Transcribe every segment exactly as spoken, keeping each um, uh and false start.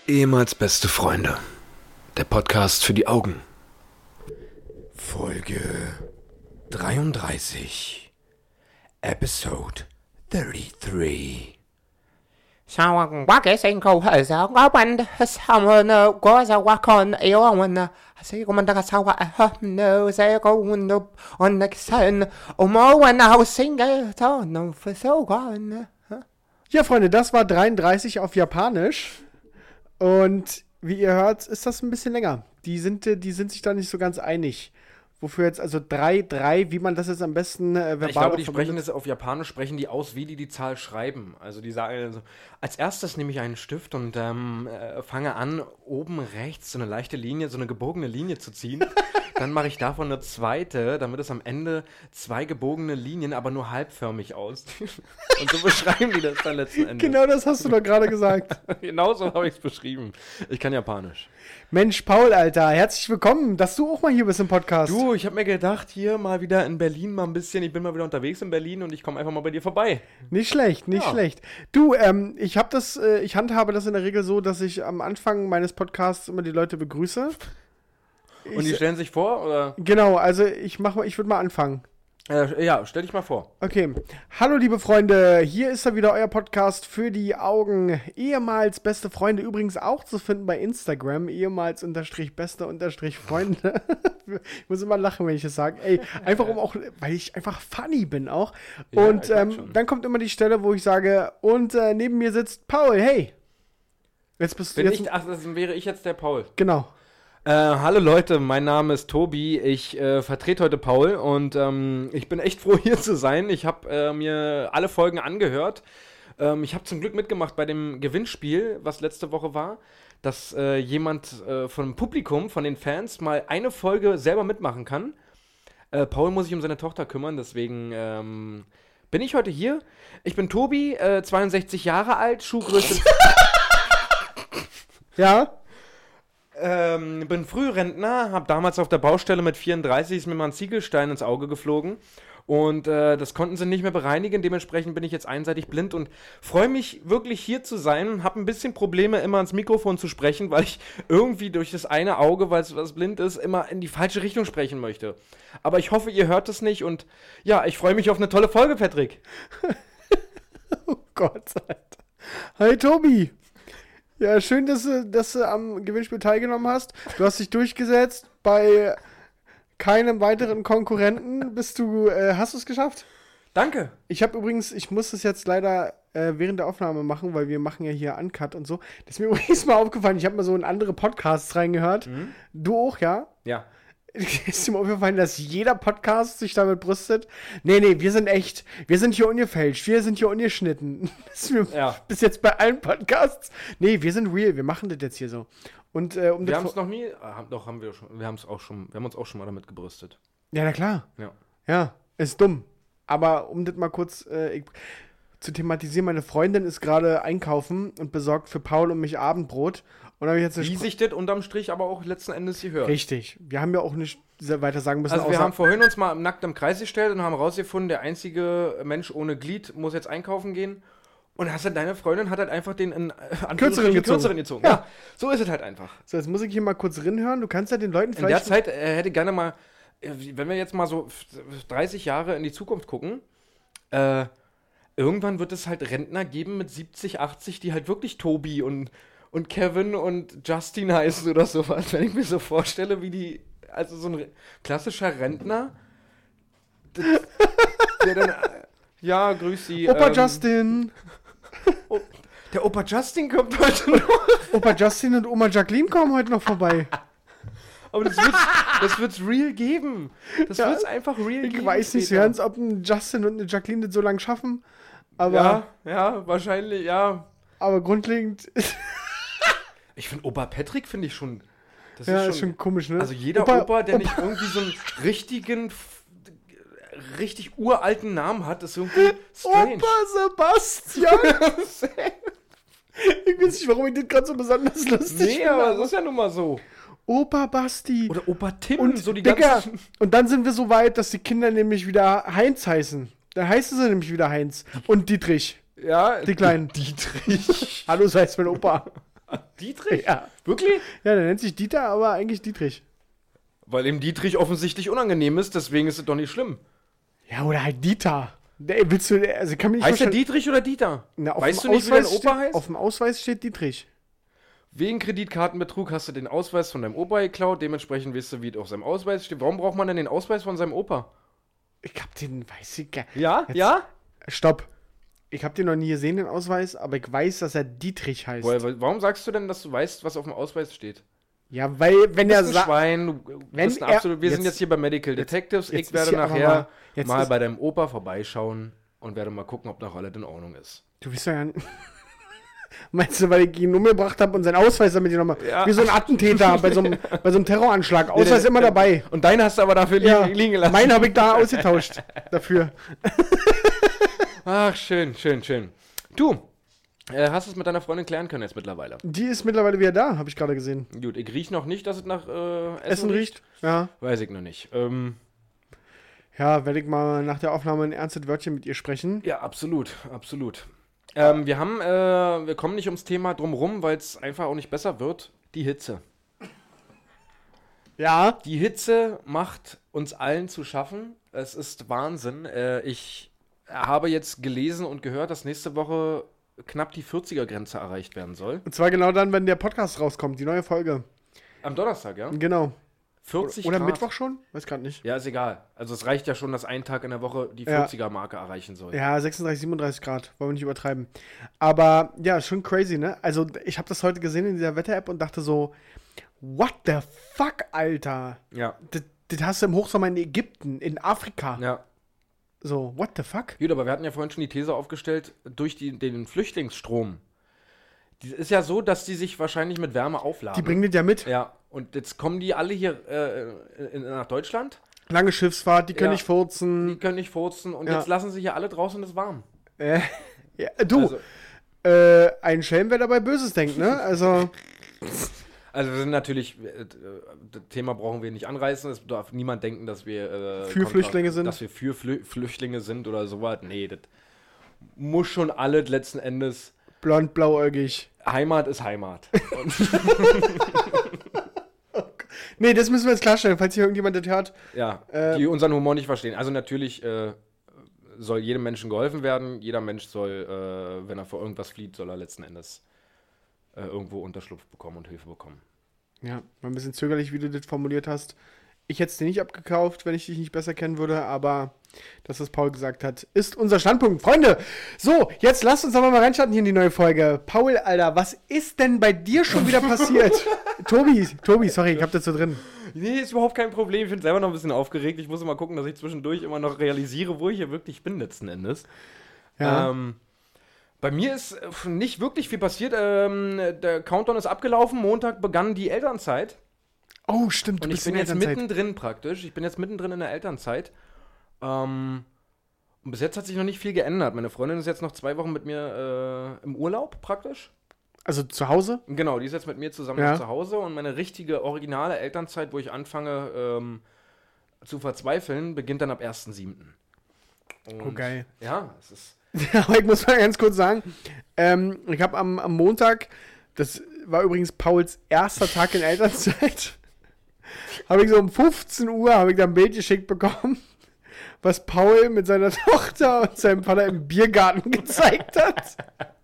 Ehemals beste Freunde. Der Podcast für die Augen. Folge dreiunddreißig. Episode thirty-three. Sao quá kẻ sen cầu hệ sao quá bánh sao mà có sao quá con yêu mình sẽ có mình đã sao quá no sẽ có mình đâu on the sun oh more when I was singing so no for so gone. Ja, Freunde, das war dreiunddreißig auf Japanisch. Und wie ihr hört, ist das ein bisschen länger. Die sind, die sind sich da nicht so ganz einig. Wofür jetzt also drei, drei, wie man das jetzt am besten äh, verbal Ich glaube, die verbindet. sprechen das auf Japanisch, sprechen die aus, wie die die Zahl schreiben. Also die sagen, also, als erstes nehme ich einen Stift und ähm, äh, fange an, oben rechts so eine leichte Linie, so eine gebogene Linie zu ziehen. Dann mache ich davon eine zweite, damit es am Ende zwei gebogene Linien, aber nur halbförmig aus. Und so beschreiben die das dann letzten Endes. Genau das hast du doch gerade gesagt. Genau so habe ich es beschrieben. Ich kann Japanisch. Mensch, Paul, Alter, herzlich willkommen, dass du auch mal hier bist im Podcast. Du, ich habe mir gedacht, hier mal wieder in Berlin mal ein bisschen, ich bin mal wieder unterwegs in Berlin und ich komme einfach mal bei dir vorbei. Nicht schlecht, nicht Ja. schlecht. Du, ähm, ich habe das, äh, ich handhabe das in der Regel so, dass ich am Anfang meines Podcasts immer die Leute begrüße. Und die Ich- stellen sich vor, oder? Genau, also ich mach mal, ich würde mal anfangen. Äh, ja, stell dich mal vor. Okay. Hallo liebe Freunde, hier ist er wieder, euer Podcast für die Augen. Ehemals beste Freunde, übrigens auch zu finden bei Instagram, ehemals unterstrich beste unterstrich Freunde. Ich muss immer lachen, wenn ich das sage. Ey, einfach um auch, weil ich einfach funny bin auch. Ja, und ich merk ähm, schon. dann kommt immer die Stelle, wo ich sage, und äh, neben mir sitzt Paul, hey. Jetzt bist du Bin jetzt. ich, ach, das wäre ich jetzt der Paul. Genau. Äh, hallo Leute, mein Name ist Tobi, ich äh, vertrete heute Paul und ähm, ich bin echt froh hier zu sein. Ich habe äh, mir alle Folgen angehört. Ähm, ich habe zum Glück mitgemacht bei dem Gewinnspiel, was letzte Woche war, dass äh, jemand äh, vom Publikum, von den Fans, mal eine Folge selber mitmachen kann. Äh, Paul muss sich um seine Tochter kümmern, deswegen ähm, bin ich heute hier. Ich bin Tobi, äh, zweiundsechzig Jahre alt, Schuhgröße... Ja. Ähm, bin Frührentner, hab damals auf der Baustelle mit vierunddreißig ist mir mal ein Ziegelstein ins Auge geflogen und äh, das konnten sie nicht mehr bereinigen, dementsprechend bin ich jetzt einseitig blind und freue mich wirklich hier zu sein, hab ein bisschen Probleme immer ans Mikrofon zu sprechen, weil ich irgendwie durch das eine Auge, weil es was blind ist, immer in die falsche Richtung sprechen möchte. Aber ich hoffe, ihr hört es nicht und ja, ich freue mich auf eine tolle Folge, Patrick. Oh Gott, Alter. Hi Tobi. Ja, schön, dass du, dass du am Gewinnspiel teilgenommen hast. Du hast dich durchgesetzt. Bei keinem weiteren Konkurrenten bist du, äh, hast du es geschafft? Danke. Ich habe übrigens, ich muss das jetzt leider äh, während der Aufnahme machen, weil wir machen ja hier Uncut und so. Das ist mir übrigens mal aufgefallen. Ich habe mal so in andere Podcasts reingehört. Du auch, ja? Ja. Ist dir mal aufgefallen, dass jeder Podcast sich damit brüstet? Nee, nee, wir sind echt. Wir sind hier ungefälscht. Wir sind hier ungeschnitten. Das ist mir Ja. bis jetzt bei allen Podcasts. Nee, wir sind real. Wir machen das jetzt hier so. Und, äh, um Wir das haben es vor- noch nie, ah, doch haben wir schon, wir haben es auch schon, wir haben uns auch schon mal damit gebrüstet. Ja, na klar. Ja. Ja, ist dumm. Aber um das mal kurz äh, ich, zu thematisieren, meine Freundin ist gerade einkaufen und besorgt für Paul und mich Abendbrot. Und habe ich jetzt eine Wie Spr- sich das unterm Strich aber auch letzten Endes gehört. Richtig. Wir haben ja auch nicht sehr weiter sagen müssen. Also wir außer- haben vorhin uns mal nackt im Kreis gestellt und haben rausgefunden, der einzige Mensch ohne Glied muss jetzt einkaufen gehen. Und hast dann deine Freundin hat halt einfach den in, äh, Kürzeren gezogen. Kürzeren gezogen. Ja. Ja. So ist es halt einfach. So, jetzt muss ich hier mal kurz rinhören. Du kannst ja den Leuten In der vielleicht. Zeit äh, hätte gerne mal, äh, wenn wir jetzt mal so dreißig Jahre in die Zukunft gucken, äh, irgendwann wird es halt Rentner geben mit siebzig, achtzig, die halt wirklich Tobi und, und Kevin und Justin heißen oder sowas. Wenn ich mir so vorstelle, wie die, also so ein re- klassischer Rentner, das, der dann, äh, ja, grüß Sie. Opa ähm, Justin. Oh, der Opa Justin kommt heute noch. Opa Justin und Oma Jacqueline kommen heute noch vorbei. Aber das wird's, das wird's real geben. Das Ja, wird's einfach real Ich geben. weiß nicht so später. ganz, ob ein Justin und eine Jacqueline das so lange schaffen. Aber, Ja, ja, wahrscheinlich, ja. aber grundlegend ist Ich finde Opa Patrick finde ich schon. Das ja, ist schon komisch, ne? Also jeder Opa- Opa, der nicht irgendwie so einen richtigen, f- richtig uralten Namen hat, ist irgendwie strange. Opa Sebastian! Ich weiß nicht, warum ich das gerade so besonders lustig Nee, finde. aber das ist ja nun mal so. Opa Basti. Oder Opa Tim, Und, so die Digga, ganzen... und dann sind wir so weit, dass die Kinder nämlich wieder Heinz heißen. Dann heißen sie nämlich wieder Heinz. Und Dietrich. Ja, Die Kleinen. Dietrich. Hallo, so heißt mein Opa. Dietrich? Ja. Wirklich? Ja, der nennt sich Dieter, aber eigentlich Dietrich. Weil ihm Dietrich offensichtlich unangenehm ist, deswegen ist es doch nicht schlimm. Ja, oder halt Dieter. Der, willst du, also kann mich nicht Heißt der vorstellen- Dietrich oder Dieter? Na, auf Weißt dem du nicht, wie dein Ausweis Opa steht, heißt? Auf dem Ausweis steht Dietrich. Wegen Kreditkartenbetrug hast du den Ausweis von deinem Opa geklaut, dementsprechend weißt du, wie es auf seinem Ausweis steht. Warum braucht man denn den Ausweis von seinem Opa? Ich hab den, weiß ich gar Ja? Jetzt- Ja? Stopp. Ich hab den noch nie gesehen, den Ausweis, aber ich weiß, dass er Dietrich heißt. Woher, warum sagst du denn, dass du weißt, was auf dem Ausweis steht? Ja, weil, wenn Du er bist ein sagt. Schwein, du wenn bist ein er- absolut, wir sind jetzt- jetzt hier bei Medical Detectives. jetzt Ich werde ist hier aber nachher mal- jetzt mal ist- bei deinem Opa vorbeischauen und werde mal gucken, ob noch alles in Ordnung ist. Du bist doch ja. Meinst du, weil ich ihn umgebracht habe und seinen Ausweis damit ich nochmal. Ja. Wie so ein Attentäter bei so einem, bei so einem Terroranschlag. Ausweis Nee, immer nee, dabei. Und deinen hast du aber dafür liegen, Ja, liegen gelassen. meinen habe ich da ausgetauscht. Dafür. Ach, schön, schön, schön. Du, äh, hast es mit deiner Freundin klären können jetzt mittlerweile? Die ist mittlerweile wieder da, habe ich gerade gesehen. Gut, ich rieche noch nicht, dass es nach äh, Essen, Essen riecht. Ja. Weiß ich noch nicht. Ähm, Ja, werde ich mal nach der Aufnahme ein ernstes Wörtchen mit ihr sprechen. ja, absolut, absolut. Ähm, wir haben, äh, wir kommen nicht ums Thema drumrum, weil es einfach auch nicht besser wird. Die Hitze. Ja. Die Hitze macht uns allen zu schaffen. Es ist Wahnsinn. Äh, ich habe jetzt gelesen und gehört, dass nächste Woche knapp die vierziger-Grenze erreicht werden soll. Und zwar genau dann, wenn der Podcast rauskommt, die neue Folge. Am Donnerstag, ja? Genau. vierzig Oder Grad. Mittwoch schon? Weiß gerade nicht. Ja, ist egal. Also es reicht ja schon, dass ein Tag in der Woche die Ja. vierziger-Marke erreichen soll. Ja, sechsunddreißig, siebenunddreißig Grad. Wollen wir nicht übertreiben. Aber ja, schon crazy, ne? Also, ich habe das heute gesehen in dieser Wetter-App und dachte so, what the fuck, Alter? Ja. Das, das hast du im Hochsommer in Ägypten, in Afrika. Ja. So, what the fuck? Gut, aber wir hatten ja vorhin schon die These aufgestellt, durch die, den Flüchtlingsstrom. Die ist ja so, dass die sich wahrscheinlich mit Wärme aufladen. Die bringen das ja mit. Ja, und jetzt kommen die alle hier äh, in, nach Deutschland. Lange Schiffsfahrt, die können Ja. nicht furzen. Die können nicht furzen und Ja. jetzt lassen sich hier alle draußen und es ist warm. Äh, ja, du, Also, äh, ein Schelm, wer dabei Böses denkt, ne? Also, also wir sind natürlich, äh, das Thema brauchen wir nicht anreißen. Es darf niemand denken, dass wir äh, Für Flüchtlinge sind. Dass wir für Flü Flüchtlinge sind oder sowas. Nee, das muss schon alles letzten Endes. blond, blauäugig. Heimat ist Heimat. Und Nee, das müssen wir jetzt klarstellen, falls hier irgendjemand das hört. ja, Äh, die unseren Humor nicht verstehen. Also natürlich äh, soll jedem Menschen geholfen werden. Jeder Mensch soll, äh, wenn er vor irgendwas flieht, soll er letzten Endes äh, irgendwo Unterschlupf bekommen und Hilfe bekommen. Ja, war ein bisschen zögerlich, wie du das formuliert hast. Ich hätte es dir nicht abgekauft, wenn ich dich nicht besser kennen würde, aber das, was Paul gesagt hat, ist unser Standpunkt. Freunde, so, jetzt lasst uns aber mal reinstarten hier in die neue Folge. Paul, Alter, was ist denn bei dir schon wieder passiert? Tobi, Tobi, sorry, ich hab das so drin. Nee, ist überhaupt kein Problem. Ich bin selber noch ein bisschen aufgeregt. Ich muss immer gucken, dass ich zwischendurch immer noch realisiere, wo ich hier wirklich bin letzten Endes. Ja. Ähm, bei mir ist äh, nicht wirklich viel passiert. Ähm, der Countdown ist abgelaufen. Montag begann die Elternzeit. Oh, stimmt, du Und ich bist bin in jetzt Elternzeit. mittendrin praktisch. Ich bin jetzt mittendrin in der Elternzeit. Ähm, und bis jetzt hat sich noch nicht viel geändert. Meine Freundin ist jetzt noch zwei Wochen mit mir äh, im Urlaub praktisch. Also zu Hause? Genau, die ist jetzt mit mir zusammen Ja. noch zu Hause. Und meine richtige, originale Elternzeit, wo ich anfange ähm, zu verzweifeln, beginnt dann ab ersten siebten Oh, geil. Ja, es ist... Aber ich muss mal ganz kurz sagen, ähm, ich habe am, am Montag, das war übrigens Pauls erster Tag in Elternzeit, habe ich so um fünfzehn Uhr, habe ich da ein Bild geschickt bekommen, was Paul mit seiner Tochter und seinem Vater im Biergarten gezeigt hat.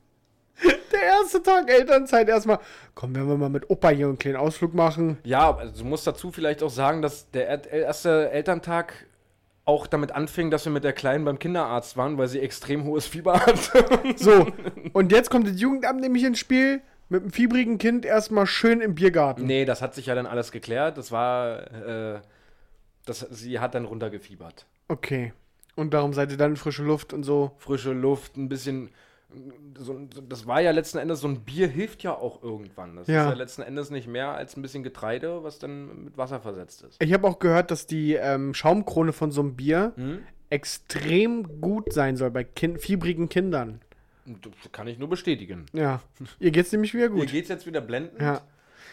Der erste Tag Elternzeit erstmal, komm, wenn wir mal mit Opa hier einen kleinen Ausflug machen. Ja, also du musst dazu vielleicht auch sagen, dass der er- erste Elterntag auch damit anfing, dass wir mit der Kleinen beim Kinderarzt waren, weil sie extrem hohes Fieber hatte. So, und jetzt kommt das Jugendamt nämlich ins Spiel, mit einem fiebrigen Kind erstmal schön im Biergarten. Nee, das hat sich ja dann alles geklärt. Das war, äh, das, sie hat dann runtergefiebert. Okay. Und darum seid ihr dann in frische Luft und so. Frische Luft, ein bisschen, so, das war ja letzten Endes, so ein Bier hilft ja auch irgendwann. Das Ja. ist ja letzten Endes nicht mehr als ein bisschen Getreide, was dann mit Wasser versetzt ist. Ich habe auch gehört, dass die ähm, Schaumkrone von so einem Bier Hm? extrem gut sein soll bei kind fiebrigen Kindern. Das kann ich nur bestätigen. Ja. Ihr geht's nämlich wieder Mir gut. geht's jetzt wieder blendend. Ja.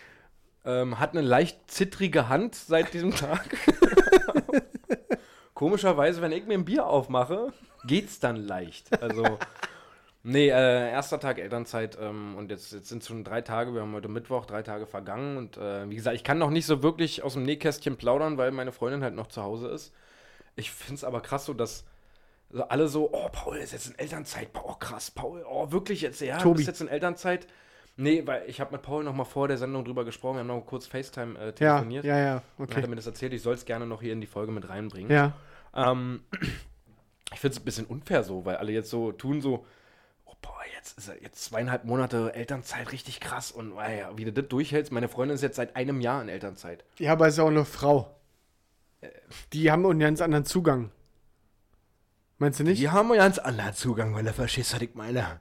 Ähm, hat eine leicht zittrige Hand seit diesem Tag. Komischerweise, wenn ich mir ein Bier aufmache, geht's dann leicht. Also, Nee, äh, erster Tag Elternzeit ähm, und jetzt, jetzt sind es schon drei Tage, wir haben heute Mittwoch, drei Tage vergangen und äh, wie gesagt, ich kann noch nicht so wirklich aus dem Nähkästchen plaudern, weil meine Freundin halt noch zu Hause ist. Ich finde es aber krass so, dass so alle so, oh, Paul ist jetzt in Elternzeit, oh krass, Paul, oh wirklich jetzt, ja, Tobi. du bist jetzt in Elternzeit. Nee, weil ich habe mit Paul noch mal vor der Sendung drüber gesprochen, wir haben noch kurz FaceTime äh, telefoniert. Ja, ja, ja, Dann hat okay. er mir das erzählt, ich soll es gerne noch hier in die Folge mit reinbringen. Ja. Ähm, ich finde es ein bisschen unfair so, weil alle jetzt so tun so, oh boah, jetzt ist er jetzt zweieinhalb Monate Elternzeit, richtig krass und naja, wie du das durchhältst. Meine Freundin ist jetzt seit einem Jahr in Elternzeit. Ja, aber ist ja auch eine Frau. Die haben einen ganz anderen Zugang. Meinst du nicht? Die haben einen ganz anderen Zugang, weil er verstehst, was ich meine.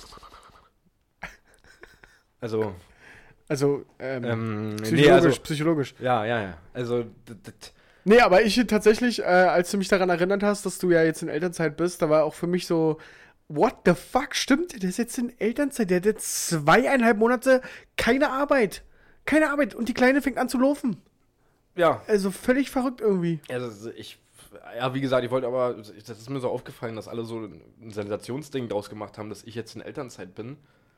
Also, Also, ähm, ähm, psychologisch, nee, also, psychologisch. ja, ja, ja. Also, d- d- Nee, aber ich tatsächlich, äh, als du mich daran erinnert hast, dass du ja jetzt in Elternzeit bist, da war auch für mich so, what the fuck, stimmt, der ist jetzt in Elternzeit, der hat jetzt zweieinhalb Monate keine Arbeit. Keine Arbeit und die Kleine fängt an zu laufen. ja. Also völlig verrückt irgendwie. Also ich, ja, wie gesagt, ich wollte aber, das ist mir so aufgefallen, dass alle so ein Sensationsding draus gemacht haben, dass ich jetzt in Elternzeit bin.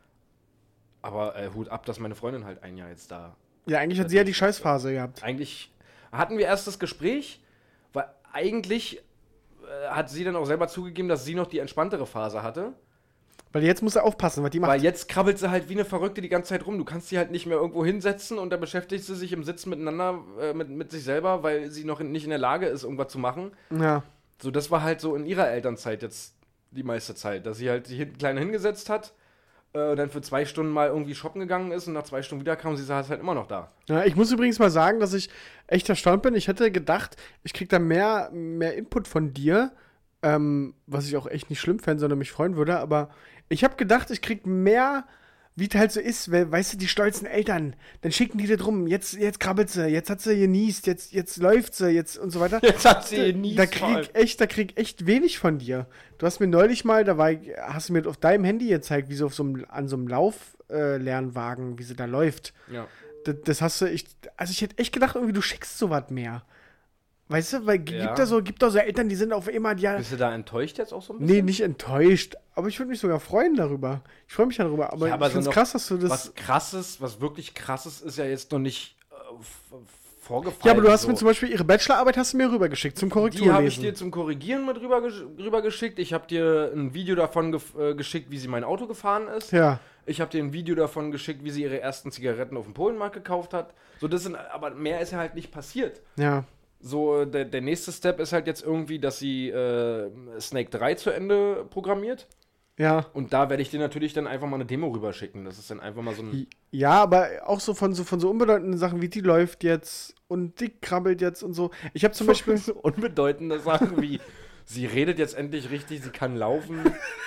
Aber äh, Hut ab, dass meine Freundin halt ein Jahr jetzt da. Ja, eigentlich hat sie ja die Scheißphase gehabt. Eigentlich hatten wir erst das Gespräch, weil eigentlich äh, hat sie dann auch selber zugegeben, dass sie noch die entspanntere Phase hatte. Weil jetzt muss er aufpassen, was die macht. Weil jetzt krabbelt sie halt wie eine Verrückte die ganze Zeit rum. Du kannst sie halt nicht mehr irgendwo hinsetzen und da beschäftigt sie sich im Sitzen miteinander, äh, mit, mit sich selber, weil sie noch in, nicht in der Lage ist, irgendwas zu machen. Ja. So, das war halt so in ihrer Elternzeit jetzt die meiste Zeit, dass sie halt sich hinten klein hingesetzt hat äh, und dann für zwei Stunden mal irgendwie shoppen gegangen ist und nach zwei Stunden wieder kam und sie saß halt immer noch da. Ja, ich muss übrigens mal sagen, dass ich echt erstaunt bin. Ich hätte gedacht, ich krieg da mehr, mehr Input von dir, ähm, was ich auch echt nicht schlimm fände, sondern mich freuen würde. Aber ich habe gedacht, ich krieg mehr, wie es halt so ist, weil, weißt du, die stolzen Eltern, dann schicken die das rum, jetzt, jetzt krabbelt sie, jetzt hat sie genießt, jetzt, jetzt läuft sie, jetzt und so weiter. Jetzt hat sie nie Da krieg echt, da krieg echt wenig von dir. Du hast mir neulich mal, da war, ich- hast du mir auf deinem Handy gezeigt, wie sie auf so einem, an so einem Lauflernwagen, wie sie da läuft. Ja. Das, das hast du, ich, also ich hätte echt gedacht, irgendwie, du schickst sowas mehr. Weißt du, weil Ja. gibt da so, gibt da so Eltern, die sind auf immer, die ja, Bist du da enttäuscht jetzt auch so ein bisschen? nee, nicht enttäuscht, aber ich würde mich sogar freuen darüber. Ich freue mich darüber, aber, Ja, aber ich so finde es noch krass, dass du das. Was krasses, was wirklich krasses ist ja jetzt noch nicht äh, f- vorgefallen. Ja, aber du hast so. mir zum Beispiel ihre Bachelorarbeit hast du mir rübergeschickt zum Die habe ich dir Korrekturlesen. zum Korrigieren mit rüber, rüber geschickt. Ich habe dir ein Video davon gef- äh, geschickt, wie sie mein Auto gefahren ist. Ja, Ich habe dir ein Video davon geschickt, wie sie ihre ersten Zigaretten auf dem Polenmarkt gekauft hat. So, das sind, aber mehr ist ja halt nicht passiert. ja. So, der, der nächste Step ist halt jetzt irgendwie, dass sie äh, Snake drei zu Ende programmiert. Ja. Und da werde ich dir natürlich dann einfach mal eine Demo rüberschicken. Das ist dann einfach mal so ein. Ja, aber auch so von so von so unbedeutenden Sachen wie die läuft jetzt und die krabbelt jetzt und so. Ich habe zum Beispiel. so unbedeutende Sachen wie, sie redet jetzt endlich richtig, sie kann laufen.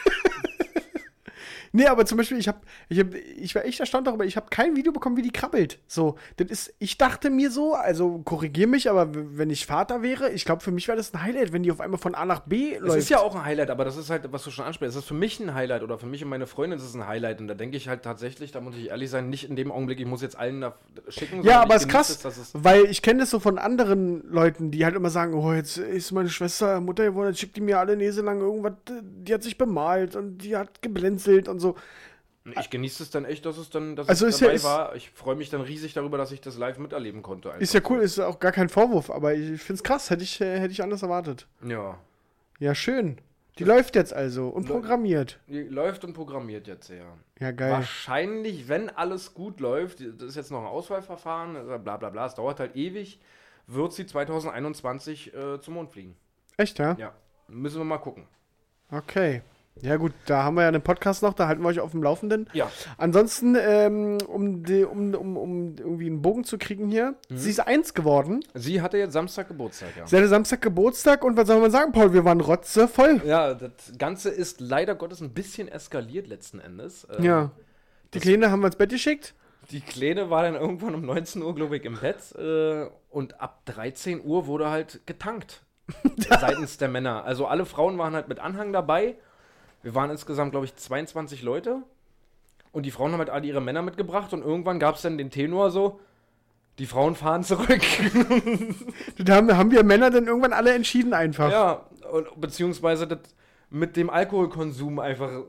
Nee, aber zum Beispiel, ich hab, ich hab, ich war echt erstaunt darüber, ich habe kein Video bekommen, wie die krabbelt. So, das ist, ich dachte mir so, also korrigier mich, aber w- wenn ich Vater wäre, ich glaube, für mich wäre das ein Highlight, wenn die auf einmal von A nach B Das läuft. ist ja auch ein Highlight, aber das ist halt, was du schon ansprichst, das ist für mich ein Highlight oder für mich und meine Freundin ist es ein Highlight. Und da denke ich halt tatsächlich, da muss ich ehrlich sein, nicht in dem Augenblick, ich muss jetzt allen da schicken. Ja, sondern aber ich es ist genieße krass, es, dass es- weil ich kenne das so von anderen Leuten, die halt immer sagen, oh, jetzt ist meine Schwester Mutter geworden, jetzt schickt die mir alle Näse lang irgendwas, die hat sich bemalt und die hat geblinzelt und so. Ich genieße es dann echt, dass es dann dass Also es ist ja- dabei ist- war. Ich freue mich dann riesig darüber, dass ich das live miterleben konnte. einfach Ist ja cool, so. ist auch gar kein Vorwurf, aber ich find's krass, hätte ich, äh, hätte ich anders erwartet. Ja. Ja, schön. Die läuft jetzt also und Läu- programmiert. Die läuft und programmiert jetzt, ja. Ja, geil. Wahrscheinlich, wenn alles gut läuft, das ist jetzt noch ein Auswahlverfahren, also bla bla bla, es dauert halt ewig, wird sie zwanzig einundzwanzig äh, zum Mond fliegen. Echt, ja? Ja, müssen wir mal gucken. Okay. Ja gut, da haben wir ja einen Podcast noch, da halten wir euch auf dem Laufenden. Ja. Ansonsten, ähm, um, die, um, um, um irgendwie einen Bogen zu kriegen hier, Mhm. sie ist eins geworden. Sie hatte jetzt Samstag Geburtstag, ja. Sie hatte Samstag Geburtstag und was soll man sagen, Paul, wir waren rotzevoll. Ja, das Ganze ist leider Gottes ein bisschen eskaliert letzten Endes. Ähm, Ja. Die Kleine haben wir ins Bett geschickt. Die Kleine war dann irgendwann um neunzehn Uhr, glaube ich, im Bett äh, und ab dreizehn Uhr wurde halt getankt seitens der Männer. Also alle Frauen waren halt mit Anhang dabei. Wir waren insgesamt, glaube ich, zweiundzwanzig Leute und die Frauen haben halt alle ihre Männer mitgebracht und irgendwann gab es dann den Tenor so, die Frauen fahren zurück. Da haben, haben wir Männer dann irgendwann alle entschieden einfach. Ja, und, beziehungsweise das mit dem Alkoholkonsum einfach,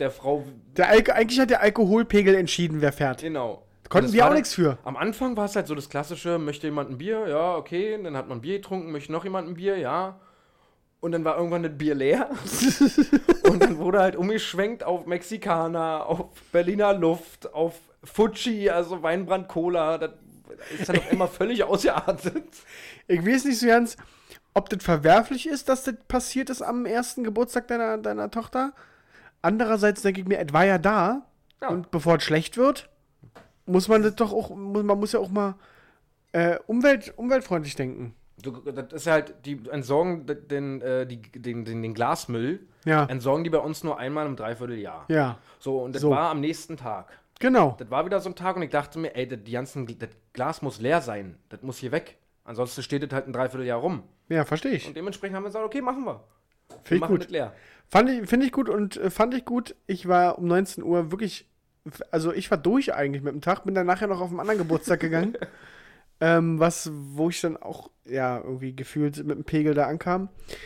der Frau. Der Alko- eigentlich hat der Alkoholpegel entschieden, wer fährt. Genau. Konnten Und das wir war auch dann- nichts für. Am Anfang war es halt so das klassische, möchte jemand ein Bier? Ja, okay. Dann hat man Bier getrunken, möchte noch jemand ein Bier? Ja. Und dann war irgendwann das Bier leer. Und dann wurde halt umgeschwenkt auf Mexikaner, auf Berliner Luft, auf Fuji, also Weinbrand Cola. Das ist dann auch immer völlig ausgeartet. Ich weiß nicht so ganz, ob das verwerflich ist, dass das passiert ist am ersten Geburtstag deiner, deiner Tochter. Andererseits denke ich mir, es war ja da. Ja. Und bevor es schlecht wird, muss man das doch auch, muss, man muss ja auch mal äh, umwelt, umweltfreundlich denken. Du, das ist halt, die entsorgen den, äh, die, den, den, den Glasmüll, Ja. entsorgen die bei uns nur einmal im Dreivierteljahr. Ja, So, und das So. war am nächsten Tag. genau. Das war wieder so ein Tag und ich dachte mir, ey, das, die ganzen, das Glas muss leer sein. Das muss hier weg. Ansonsten steht das halt ein Dreivierteljahr rum. Ja, verstehe ich. Und dementsprechend haben wir gesagt, okay, machen wir. Wir Finde ich machen gut. das leer. Fand ich, finde ich gut und äh, fand ich gut. Ich war um neunzehn Uhr wirklich, also ich war durch eigentlich mit dem Tag, bin dann nachher noch auf einen anderen Geburtstag gegangen. ähm, was, wo ich dann auch, ja, irgendwie gefühlt mit dem Pegel da ankam.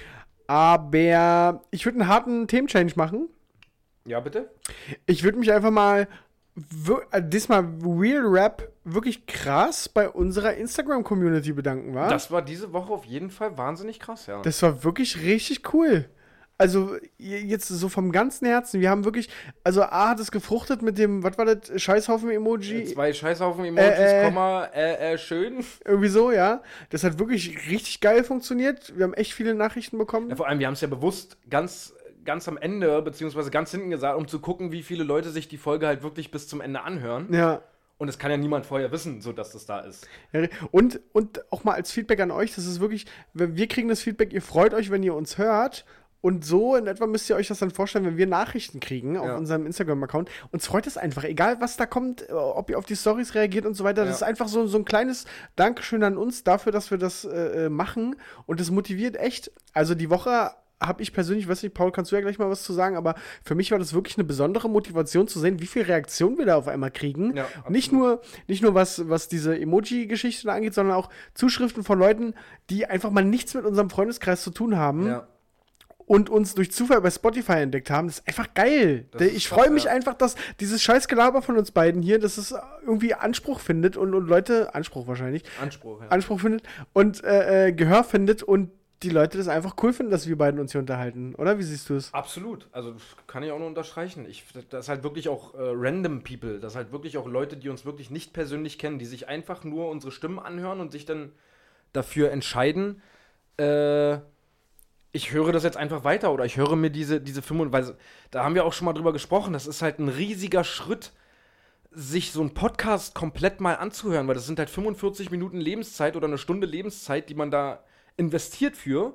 Aber ich würde einen harten Themenchange machen. Ja, bitte? Ich würde mich einfach mal, wir- äh, diesmal Real Rap, wirklich krass bei unserer Instagram-Community bedanken, wa? Das war diese Woche auf jeden Fall wahnsinnig krass, ja. Das war wirklich richtig cool. Also, j- jetzt so vom ganzen Herzen. Wir haben wirklich, also A hat es gefruchtet mit dem, was war das, Scheißhaufen-Emoji? Zwei Scheißhaufen-Emojis, Äh, äh. Komma, äh, äh, schön. Irgendwie so, ja. Das hat wirklich richtig geil funktioniert. Wir haben echt viele Nachrichten bekommen. Ja, vor allem, wir haben es ja bewusst ganz, ganz am Ende, beziehungsweise ganz hinten gesagt, um zu gucken, wie viele Leute sich die Folge halt wirklich bis zum Ende anhören. Ja. Und es kann ja niemand vorher wissen, so dass das da ist. Ja, Und, und auch mal als Feedback an euch, das ist wirklich, wir kriegen das Feedback, ihr freut euch, wenn ihr uns hört. Und so in etwa müsst ihr euch das dann vorstellen, wenn wir Nachrichten kriegen auf Ja. unserem Instagram-Account. Uns freut es einfach, egal was da kommt, ob ihr auf die Stories reagiert und so weiter. Das Ja. ist einfach so, so ein kleines Dankeschön an uns dafür, dass wir das äh, machen. Und das motiviert echt. Also die Woche habe ich persönlich, weiß nicht, Paul, kannst du ja gleich mal was zu sagen, aber für mich war das wirklich eine besondere Motivation zu sehen, wie viel Reaktion wir da auf einmal kriegen. Ja, absolut. nicht nur, nicht nur was, was diese Emoji-Geschichte da angeht, sondern auch Zuschriften von Leuten, die einfach mal nichts mit unserem Freundeskreis zu tun haben. Ja. Und uns durch Zufall bei Spotify entdeckt haben. Das ist einfach geil. Das ist Ich krass, freue mich ja. einfach, dass dieses scheiß Gelaber von uns beiden hier, dass es irgendwie Anspruch findet und, und Leute, Anspruch wahrscheinlich, Anspruch, ja. Anspruch findet und äh, äh, Gehör findet und die Leute das einfach cool finden, dass wir beiden uns hier unterhalten. Oder? Wie siehst du es? Absolut. Also das kann ich auch nur unterstreichen. Ich, das ist halt wirklich auch äh, random people. Das ist halt wirklich auch Leute, die uns wirklich nicht persönlich kennen, die sich einfach nur unsere Stimmen anhören und sich dann dafür entscheiden, äh, ich höre das jetzt einfach weiter oder ich höre mir diese, diese fünfundvierzig, weil da haben wir auch schon mal drüber gesprochen, das ist halt ein riesiger Schritt, sich so einen Podcast komplett mal anzuhören, weil das sind halt fünfundvierzig Minuten Lebenszeit oder eine Stunde Lebenszeit, die man da investiert für.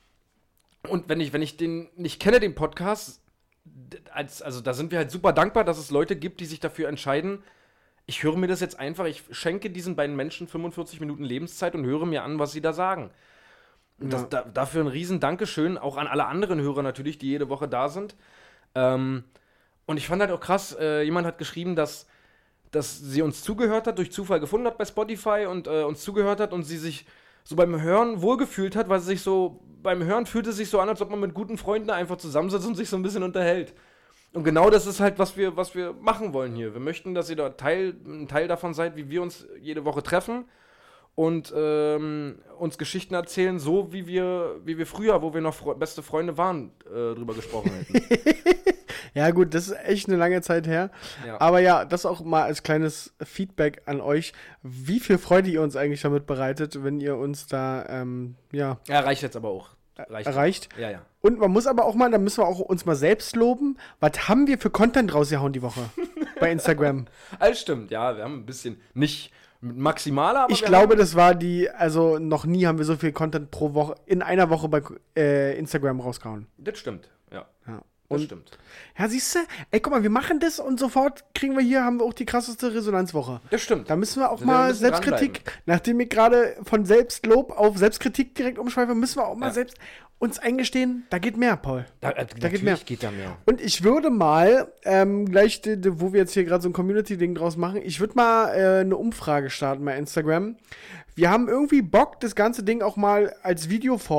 Und wenn ich, wenn ich den nicht kenne, den Podcast, d- als, also da sind wir halt super dankbar, dass es Leute gibt, die sich dafür entscheiden, ich höre mir das jetzt einfach, ich schenke diesen beiden Menschen fünfundvierzig Minuten Lebenszeit und höre mir an, was sie da sagen. Und das, da, dafür ein riesen Dankeschön, auch an alle anderen Hörer natürlich, die jede Woche da sind. Ähm, und ich fand halt auch krass, äh, jemand hat geschrieben, dass, dass sie uns zugehört hat, durch Zufall gefunden hat bei Spotify und äh, uns zugehört hat und sie sich so beim Hören wohlgefühlt hat, weil sie sich so, beim Hören fühlte es sich so an, als ob man mit guten Freunden einfach zusammensitzt und sich so ein bisschen unterhält. Und genau das ist halt, was wir, was wir machen wollen hier. Wir möchten, dass ihr da Teil, ein Teil davon seid, wie wir uns jede Woche treffen und ähm, uns Geschichten erzählen, so wie wir, wie wir früher, wo wir noch Fre- beste Freunde waren, äh, drüber gesprochen hätten. Ja, gut, das ist echt eine lange Zeit her. Ja. Aber ja, das auch mal als kleines Feedback an euch, wie viel Freude ihr uns eigentlich damit bereitet, wenn ihr uns da, ähm, ja, Ja, reicht jetzt aber auch. Reicht. erreicht. Ja, ja. Und man muss aber auch mal, da müssen wir auch uns mal selbst loben, was haben wir für Content rausgehauen die Woche bei Instagram? Alles stimmt, ja, wir haben ein bisschen, nicht mit maximaler, aber Ich wir glaube, haben, das war die, also noch nie haben wir so viel Content pro Woche, in einer Woche bei äh, Instagram rausgehauen. das stimmt, ja. Ja. Das Und stimmt. ja, siehst du, ey, guck mal, wir machen das und sofort kriegen wir hier, haben wir auch die krasseste Resonanzwoche. Das stimmt. Da müssen wir auch Also wir mal müssen Selbstkritik, nachdem ich gerade von Selbstlob auf Selbstkritik direkt umschweife, müssen wir auch mal Ja. selbst uns eingestehen, da geht mehr, Paul. Da, äh, Da geht mehr. geht da mehr. Und ich würde mal, ähm, gleich, de, de, wo wir jetzt hier gerade so ein Community-Ding draus machen, ich würde mal äh, eine Umfrage starten bei Instagram. Wir haben irgendwie Bock, das ganze Ding auch mal als Videoform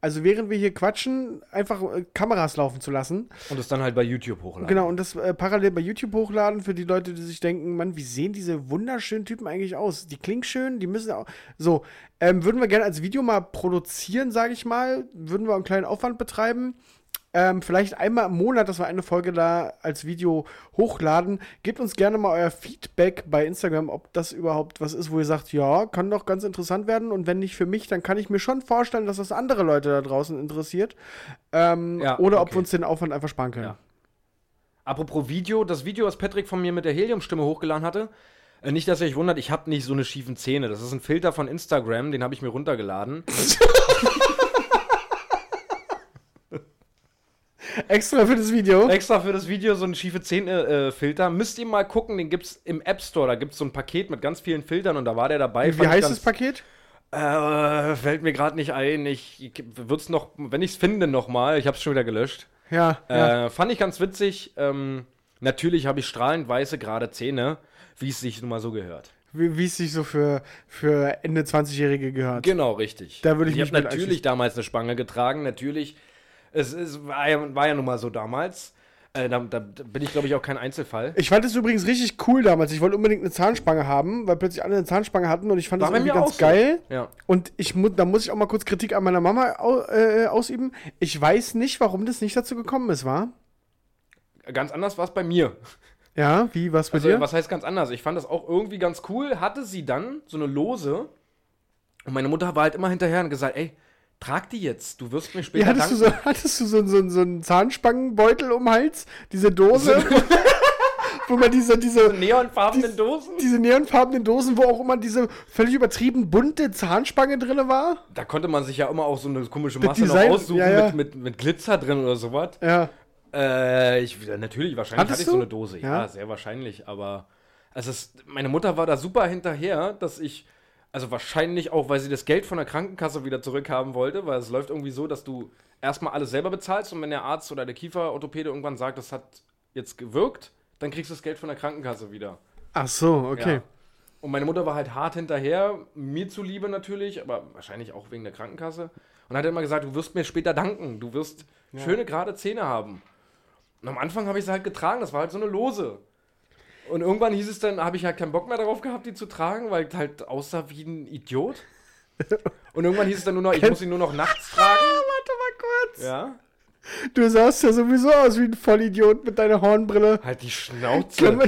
Also während wir hier quatschen, einfach äh, Kameras laufen zu lassen. Und es dann halt bei YouTube hochladen. Genau, und das äh, parallel bei YouTube hochladen für die Leute, die sich denken, Mann, wie sehen diese wunderschönen Typen eigentlich aus? Die klingen schön, die müssen auch. So, ähm, würden wir gerne als Video mal produzieren, sage ich mal. Würden wir einen kleinen Aufwand betreiben. Ähm, vielleicht einmal im Monat, dass wir eine Folge da als Video hochladen. Gebt uns gerne mal euer Feedback bei Instagram, ob das überhaupt was ist, wo ihr sagt, ja, kann doch ganz interessant werden. Und wenn nicht für mich, dann kann ich mir schon vorstellen, dass das andere Leute da draußen interessiert. Ähm, Ja, oder ob okay. wir uns den Aufwand einfach sparen können. Ja. Apropos Video, das Video, was Patrick von mir mit der Heliumstimme hochgeladen hatte, äh, nicht, dass ihr euch wundert, ich habe nicht so eine schiefen Zähne. Das ist ein Filter von Instagram, den habe ich mir runtergeladen. Extra für das Video. Extra für das Video so einen schiefe Zähne-Filter. Müsst ihr mal gucken, den gibt's im App Store. Da gibt's so ein Paket mit ganz vielen Filtern und da war der dabei. Wie Fand ich heißt ganz, das Paket? Äh, fällt mir gerade nicht ein. Ich würde es noch, wenn ich es finde, nochmal. Ich habe es schon wieder gelöscht. Ja, ja. Äh, fand ich ganz witzig. Ähm, natürlich habe ich strahlend weiße, gerade Zähne, wie es sich nun mal so gehört. Wie, wie es sich so für, für Ende zwanzigjährige gehört. Genau, richtig. Da würde ich ich mich habe mit natürlich anschließen. damals eine Spange getragen. Natürlich. Es, es war, ja, war ja nun mal so damals. Äh, da, da bin ich, glaube ich, auch kein Einzelfall. Ich fand es übrigens richtig cool damals. Ich wollte unbedingt eine Zahnspange haben, weil plötzlich alle eine Zahnspange hatten und ich fand War das bei irgendwie mir ganz auch so. geil. Ja. Und ich mu da muss ich auch mal kurz Kritik an meiner Mama au äh, ausüben. Ich weiß nicht, warum das nicht dazu gekommen ist, war? Ganz anders war es bei mir. Ja, wie, was bei Also, dir? was heißt ganz anders? Ich fand das auch irgendwie ganz cool. Hatte sie dann so eine Lose. Und meine Mutter war halt immer hinterher und gesagt, ey, trag die jetzt. Du wirst mir später Ja, hattest, du danken. so, hattest du so, so, so einen Zahnspangenbeutel um den Hals? Diese Dose? wo man diese, diese, Neonfarbenen Dosen? diese neonfarbenen Dosen, wo auch immer diese völlig übertrieben bunte Zahnspange drin war? Da konnte man sich ja immer auch so eine komische Mit Masse Design- noch aussuchen ja, ja. Mit, mit, mit Glitzer drin oder sowas. Ja. Äh, ich, natürlich, wahrscheinlich Hattest hatte ich so du? eine Dose. Ja, Ja. sehr wahrscheinlich. Aber also es, meine Mutter war da super hinterher, dass ich, also wahrscheinlich auch, weil sie das Geld von der Krankenkasse wieder zurückhaben wollte, weil es läuft irgendwie so, dass du erstmal alles selber bezahlst und wenn der Arzt oder der Kieferorthopäde irgendwann sagt, das hat jetzt gewirkt, dann kriegst du das Geld von der Krankenkasse wieder. Ach so, okay. Ja. Und meine Mutter war halt hart hinterher, mir zuliebe natürlich, aber wahrscheinlich auch wegen der Krankenkasse. Und hat immer gesagt, du wirst mir später danken, du wirst schöne gerade Zähne haben. Und am Anfang habe ich sie halt getragen, das war halt so eine Lose. Und irgendwann hieß es dann, habe ich halt keinen Bock mehr darauf gehabt, die zu tragen, weil ich halt aussah wie ein Idiot. Und irgendwann hieß es dann nur noch, ich muss sie nur noch nachts tragen. Warte mal kurz. Ja. Du sahst ja sowieso aus wie ein Vollidiot mit deiner Hornbrille. Halt die Schnauze. Können wir,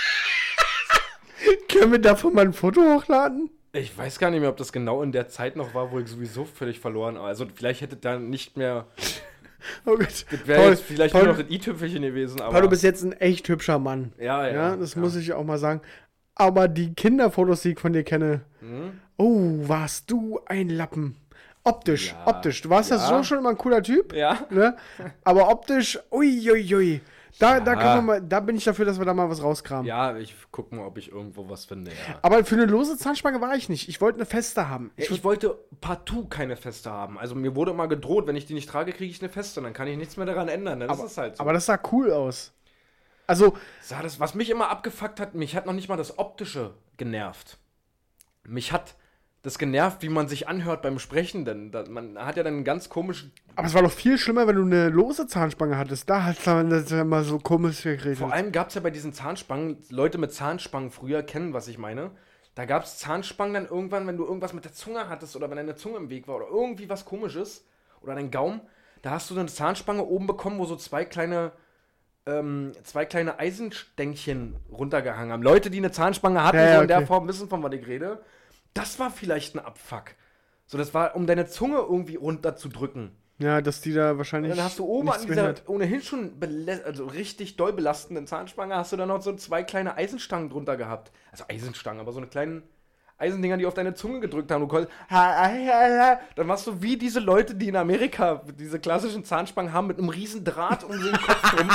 können wir davon mal ein Foto hochladen? Ich weiß gar nicht mehr, ob das genau in der Zeit noch war, wo ich sowieso völlig verloren war. Also vielleicht hätte da nicht mehr, Oh Gott. das wäre Paul, jetzt vielleicht Paul, nur noch das i-Tüpfelchen gewesen. Aber Paul, du bist jetzt ein echt hübscher Mann. ja, ja, Ja, das muss ich auch mal sagen. Aber die Kinderfotos, die ich von dir kenne, Mhm. oh, warst du ein Lappen. Optisch, Ja, optisch. Du warst ja ja. so schon immer ein cooler Typ, Ja. ne? Aber optisch, uiuiui. Ui. Da, da, Ja. können wir mal, da bin ich dafür, dass wir da mal was rauskramen. Ja, ich gucke mal, ob ich irgendwo was finde, ja. Aber für eine lose Zahnspange war ich nicht. Ich wollte eine feste haben. Ja, ich wollte partout keine Feste haben. Also mir wurde immer gedroht, wenn ich die nicht trage, kriege ich eine Feste. Und dann kann ich nichts mehr daran ändern. Das ist halt so. Aber das sah cool aus. Also, Sah das, was mich immer abgefuckt hat, mich hat noch nicht mal das Optische genervt. Mich hat das genervt, wie man sich anhört beim Sprechen. Denn da, man hat ja dann einen ganz komischen... aber es war doch viel schlimmer, wenn du eine lose Zahnspange hattest. Da hat man das ja mal so komisch geredet. Vor allem gab es ja bei diesen Zahnspangen, Leute mit Zahnspangen früher kennen, was ich meine. Da gab es Zahnspangen dann irgendwann, wenn du irgendwas mit der Zunge hattest oder wenn deine Zunge im Weg war oder irgendwie was Komisches oder dein Gaumen, da hast du so eine Zahnspange oben bekommen, wo so zwei kleine, ähm, zwei kleine Eisenstängchen runtergehangen haben. Leute, die eine Zahnspange hatten, Ja, ja, so in der okay. Form wissen, von was ich rede. Das war vielleicht ein Abfuck. So, das war, um deine Zunge irgendwie runterzudrücken. Ja, dass die da wahrscheinlich. Und dann hast du oben nichts an dieser behindert. ohnehin schon belä- also richtig doll belastenden Zahnspange, hast du dann noch so zwei kleine Eisenstangen drunter gehabt. Also Eisenstangen, aber so eine kleinen Eisendinger, die auf deine Zunge gedrückt haben. Du konntest, dann warst du wie diese Leute, die in Amerika diese klassischen Zahnspangen haben mit einem riesen Draht um den Kopf rum.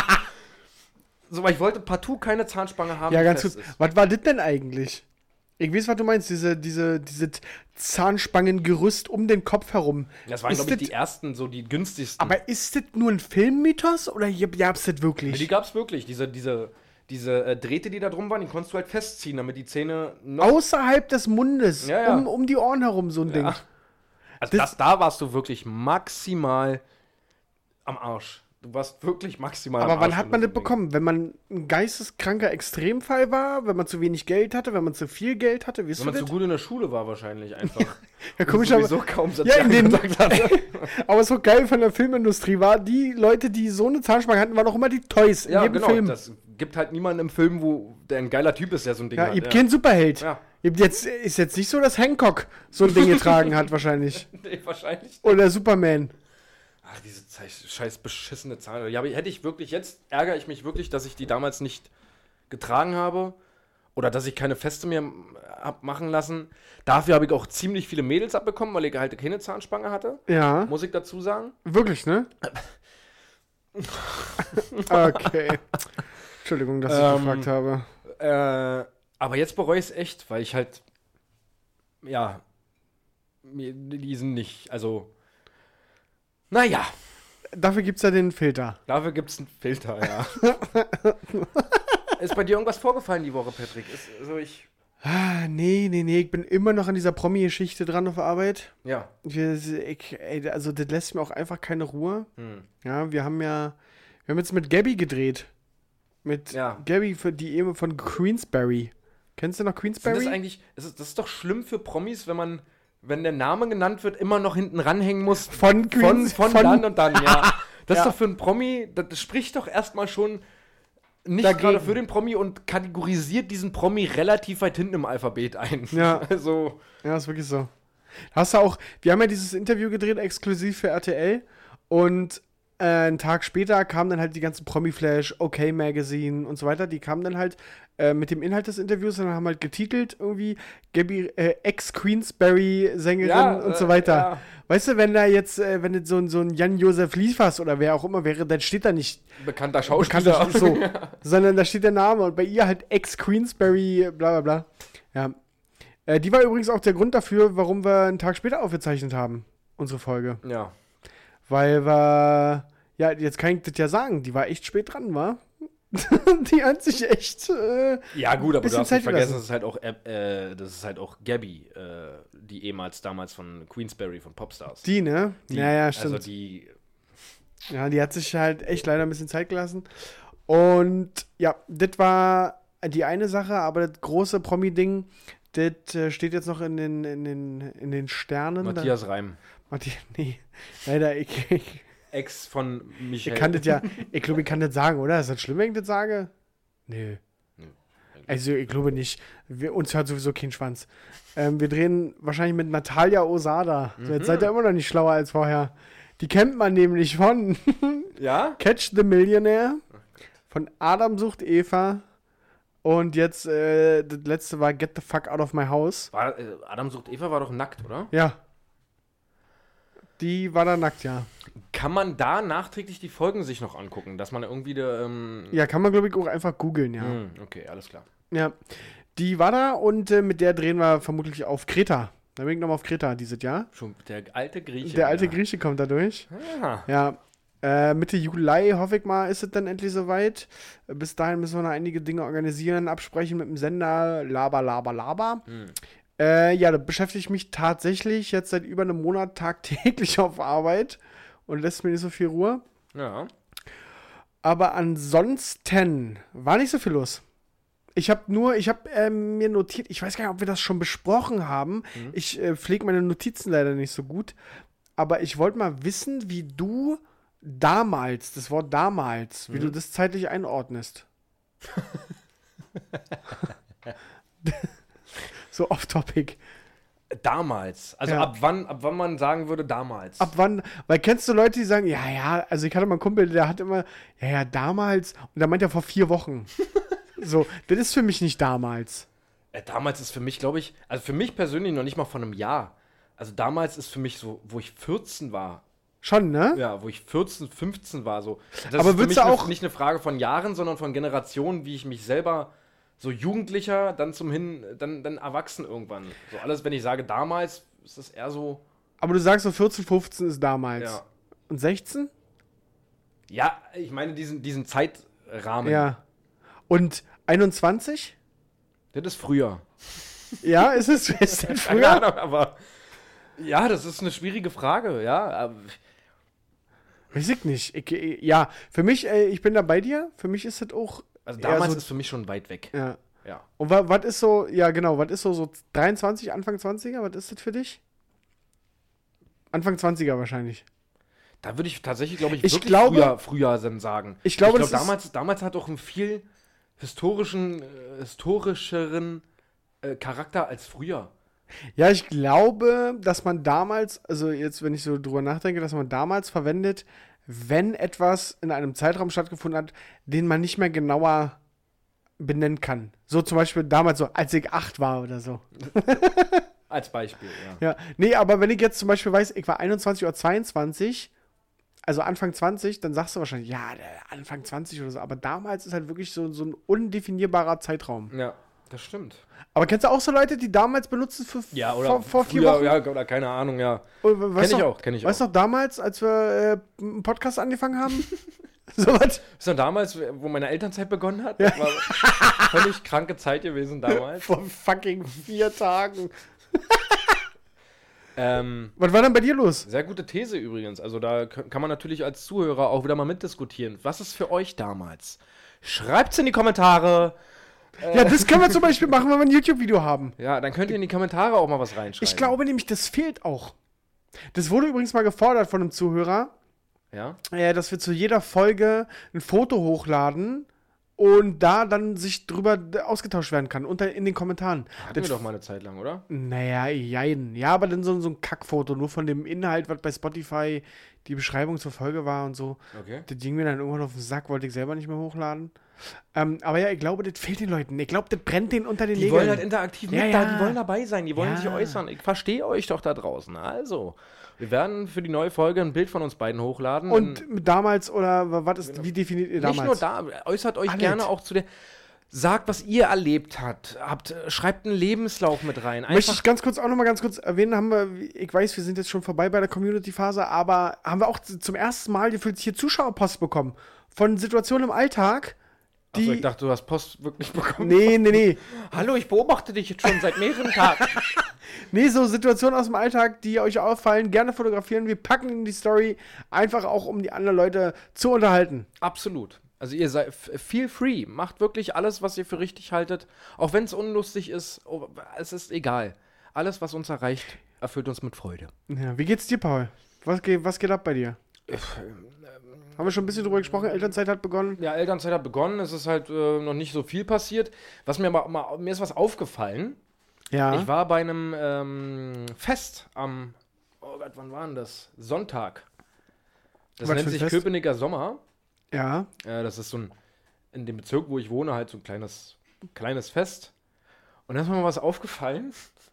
So, weil ich wollte partout keine Zahnspange haben, Ja, die ganz fest kurz. ist. Was war das denn eigentlich? Ich weiß, was du meinst. Diese, diese, diese Zahnspangengerüst um den Kopf herum. Das waren, Ist glaube ich, das- die ersten, so die günstigsten. Aber ist das nur ein Filmmythos oder gab's das wirklich? die gab's wirklich. Diese, diese, diese äh, Drähte, die da drum waren, die konntest du halt festziehen, damit die Zähne noch... Außerhalb des Mundes. Ja, ja. Um, um die Ohren herum, so ein Ding. Also Das- das, da warst du wirklich maximal am Arsch. Du warst wirklich maximal am Aber Arsch. wann hat wenn man du das so bekommen? Wenn man ein geisteskranker Extremfall war, wenn man zu wenig Geld hatte, wenn man zu viel Geld hatte, wisst Wenn ihr man das? zu gut in der Schule war wahrscheinlich einfach. Ja, Und komisch, aber, sowieso kaum ja, in den, Kontakt hatte. aber so geil von der Filmindustrie war, die Leute, die so eine Zahnspange hatten, waren auch immer die Toys in Ja, jedem genau. Film. Das gibt halt niemanden im Film, wo der ein geiler Typ ist, der so ein Ding Ja, hat. ihr habt keinen Superheld. Ja. Ihr habt jetzt, ist jetzt nicht so, dass Hancock so ein Ding getragen hat, wahrscheinlich. Nee, wahrscheinlich. Oder Superman. Ach, diese Ze- scheiß beschissene Zahn. Ja, aber hätte ich wirklich, jetzt ärgere ich mich wirklich, dass ich die damals nicht getragen habe. Oder dass ich keine Feste mehr hab machen lassen. Dafür habe ich auch ziemlich viele Mädels abbekommen, weil ich halt keine Zahnspange hatte. Ja, Muss ich dazu sagen. wirklich, ne? Okay. Entschuldigung, dass ich Ähm, gefragt habe. Äh, aber jetzt bereue ich es echt, weil ich halt, ja, mir diesen nicht, also, naja, Dafür gibt's ja den Filter. dafür gibt es einen Filter, ja. Ist bei dir irgendwas vorgefallen die Woche, Patrick? Ist, also ich, Ah, nee, nee, nee, ich bin immer noch an dieser Promi-Geschichte dran auf der Arbeit. ja. Wir, ich, ey, also das lässt mir auch einfach keine Ruhe. Hm. Ja, wir haben ja, wir haben jetzt mit Gabby gedreht. Mit Ja. Gabby, für die eben von Queensberry. Kennst du noch Sind Queensberry? das eigentlich, ist, es- das ist doch schlimm für Promis, wenn man, wenn der Name genannt wird, immer noch hinten ranhängen muss. Von Von, Queens, von, dann und dann, ja. Das Ja. ist doch für einen Promi, das, das spricht doch erstmal schon nicht Dagegen. gerade für den Promi und kategorisiert diesen Promi relativ weit hinten im Alphabet ein. Ja. Also, Ja, ist wirklich so. Hast du auch, wir haben ja dieses Interview gedreht, exklusiv für R T L. Und äh, einen Tag später kamen dann halt die ganzen Promi-Flash, OK Magazine und so weiter. Die kamen dann halt äh, mit dem Inhalt des Interviews und haben halt getitelt irgendwie Gabby, äh, Ex-Queensberry-Sängerin ja, und so äh, weiter. Ja, Weißt du, wenn da jetzt, äh, wenn jetzt so ein, so ein Jan-Josef Liefers oder wer auch immer wäre, dann steht da nicht bekannter Schauspieler. bekannter so, sondern da steht der Name und bei ihr halt Ex-Queensberry, bla bla bla. Ja. Äh, die war übrigens auch der Grund dafür, warum wir einen Tag später aufgezeichnet haben, unsere Folge. Ja. Weil wir, ja, jetzt kann ich das ja sagen, die war echt spät dran, war. Die hat sich echt, äh, Ja, gut, aber du Bisschen hast Zeit nicht vergessen, gelassen. das ist halt auch, äh, das ist halt auch Gabby, äh, die ehemals damals von Queensberry, von Popstars. die, ne? Die- ja, ja, stimmt. Also die, Ja, die hat sich halt echt leider ein bisschen Zeit gelassen. Und ja, das war die eine Sache, aber das große Promi-Ding, das äh, steht jetzt noch in den, in den, in den Sternen. Matthias Reim, Da, Matthias, nee, leider, ich, ich, Ex von ich Michael. kann das ja, ich glaube, ich kann das sagen, oder? Ist das schlimm, wenn ich das sage? Nö. Nö. Also, ich glaube nicht. Wir, uns hört sowieso kein Schwanz. Ähm, wir drehen wahrscheinlich mit Natalia Osada. So, jetzt seid ihr immer noch nicht schlauer als vorher. Die kennt man nämlich von Ja? Catch the Millionaire, von Adam sucht Eva und jetzt äh, das letzte war Get the Fuck Out of My House. War, äh, Adam sucht Eva war doch nackt, oder? Ja. Die war da nackt, ja. Kann man da nachträglich die Folgen sich noch angucken, dass man irgendwie der, ähm, Ja, kann man, glaube ich, auch einfach googeln, ja. hm, okay, alles klar. Ja. Die war da und äh, mit der drehen wir vermutlich auf Kreta. Da bin ich nochmal auf Kreta dieses Jahr. Schon der alte Grieche. Der alte ja. Grieche kommt da durch. Ah, Ja. Äh, Mitte Juli, hoffe ich mal, ist es dann endlich soweit. Äh, Bis dahin müssen wir noch einige Dinge organisieren, absprechen mit dem Sender. Laber, laber, laber. hm. Äh, ja, da beschäftige ich mich tatsächlich jetzt seit über einem Monat tagtäglich auf Arbeit und lässt mir nicht so viel Ruhe. Ja. Aber ansonsten war nicht so viel los. Ich habe nur, ich habe äh, mir notiert, ich weiß gar nicht, ob wir das schon besprochen haben. Mhm. Ich äh, pflege meine Notizen leider nicht so gut. Aber ich wollte mal wissen, wie du damals, das Wort damals, wie Mhm. du das zeitlich einordnest. So off-topic. Damals. Also Ja. ab wann, ab wann man sagen würde damals. Ab wann, weil kennst du Leute, die sagen, ja, ja, also ich hatte mal einen Kumpel, der hat immer, ja, ja, damals, und da meint er vor vier Wochen. So, das ist für mich nicht damals. Äh, damals ist für mich, glaube ich, also für mich persönlich noch nicht mal von einem Jahr. Also damals ist für mich so, wo ich vierzehn war. Schon, ne? Ja, wo ich vierzehn, fünfzehn war so. Das Aber ist für würdest mich du eine- auch- nicht eine Frage von Jahren, sondern von Generationen, wie ich mich selber so Jugendlicher, dann zum Hin, dann, dann erwachsen irgendwann. So alles, wenn ich sage damals, ist das eher so, Aber du sagst so vierzehn, fünfzehn ist damals. ja. Und sechzehn? Ja, ich meine diesen, diesen Zeitrahmen. Ja. Und einundzwanzig? Das ist früher. Ja, ist es ist denn Keine früher? Ahnung, aber Ja, das ist eine schwierige Frage, ja. Aber Weiß ich nicht. Ich, ich, ja, für mich, äh, ich bin da bei dir. Für mich ist das auch. also eher damals so, ist für mich schon weit weg. ja. Ja. Und wa, was ist so, ja genau, was ist so, so dreiundzwanzig, Anfang zwanziger? Was ist das für dich? Anfang zwanziger wahrscheinlich. Da würde ich tatsächlich, glaube ich, Ich wirklich glaube- früher, früher dann sagen. Ich glaube, ich das glaub, ist- damals, damals hat auch einen viel historischen, äh, historischeren äh, Charakter als früher. Ja, ich glaube, dass man damals, also jetzt, wenn ich so drüber nachdenke, dass man damals verwendet, wenn etwas in einem Zeitraum stattgefunden hat, den man nicht mehr genauer benennen kann. So zum Beispiel damals so, als ich acht war oder so. Als Beispiel, ja. Ja, nee, aber wenn ich jetzt zum Beispiel weiß, ich war einundzwanzig oder zweiundzwanzig, also Anfang zwanzig, dann sagst du wahrscheinlich, ja, der Anfang zwanzig oder so. Aber damals ist halt wirklich so, so ein undefinierbarer Zeitraum. Ja, das stimmt. Aber kennst du auch so Leute, die damals benutzen für Ja, oder vor, vor vier früher, Wochen? ja, oder keine Ahnung, ja. Kenn Kenn ich auch, kenn ich Weißt du auch. noch damals, als wir äh, einen Podcast angefangen haben? so was? Ist noch damals, wo meine Elternzeit begonnen hat? Das war völlig kranke Zeit gewesen damals. Vor fucking vier Tagen. ähm, Was war denn bei dir los? sehr gute These übrigens. Also da k- kann man natürlich als Zuhörer auch wieder mal mitdiskutieren. Was ist für euch damals? Schreibt's in die Kommentare. Ja, das können wir zum Beispiel machen, wenn wir ein YouTube-Video haben. Ja, dann könnt ihr in die Kommentare auch mal was reinschreiben. Ich glaube nämlich, das fehlt auch. Das wurde übrigens mal gefordert von einem Zuhörer, Ja? äh, dass wir zu jeder Folge ein Foto hochladen und da dann sich drüber d- ausgetauscht werden kann, unter in den Kommentaren. Hatten Das wir doch mal eine Zeit lang, oder? Naja, jein. Ja, aber dann so, so ein Kackfoto, nur von dem Inhalt, was bei Spotify die Beschreibung zur Folge war und so. Okay. Das ging mir dann irgendwann auf den Sack, wollte ich selber nicht mehr hochladen. Ähm, aber ja, ich glaube, das fehlt den Leuten. Ich glaube, das brennt denen unter den Die Nägeln. wollen halt interaktiv Ja, mit ja. da, die wollen dabei sein, die wollen Ja. sich äußern. Ich verstehe euch doch da draußen. Also, wir werden für die neue Folge ein Bild von uns beiden hochladen. Und mit damals oder wa- was ist, wie definiert ihr damals? nicht nur da, äußert euch Alles. gerne auch zu der. Sagt, was ihr erlebt habt. habt äh, schreibt einen Lebenslauf mit rein. Möchte Einfach ich ganz kurz auch nochmal ganz kurz erwähnen, haben wir, ich weiß, wir sind jetzt schon vorbei bei der Community-Phase, aber haben wir auch z- zum ersten Mal gefühlt hier Zuschauerpost bekommen. Von Situationen im Alltag, die... Achso, ich dachte, du hast Post wirklich bekommen. nee, nee, nee. Hallo, ich beobachte dich jetzt schon seit mehreren Tagen. Nee, so Situationen aus dem Alltag, die euch auffallen, gerne fotografieren. Wir packen in die Story, einfach auch, um die anderen Leute zu unterhalten. Absolut. Also ihr seid f- feel free. Macht wirklich alles, was ihr für richtig haltet. Auch wenn es unlustig ist, oh, es ist egal. Alles, was uns erreicht, erfüllt uns mit Freude. Ja, wie geht's dir, Paul? Was, geht, was geht ab bei dir? Haben wir schon ein bisschen drüber gesprochen? Elternzeit hat begonnen. Ja, Elternzeit hat begonnen. Es ist halt äh, noch nicht so viel passiert. Was mir mal, mal mir ist was aufgefallen. Ja. Ich war bei einem ähm, Fest am, oh Gott, wann war denn das? Sonntag. Das Was nennt für ein sich Fest? Köpenicker Sommer. Ja. Äh, das ist so ein, in dem Bezirk, wo ich wohne, halt so ein kleines, kleines Fest. Und da ist mir mal was aufgefallen,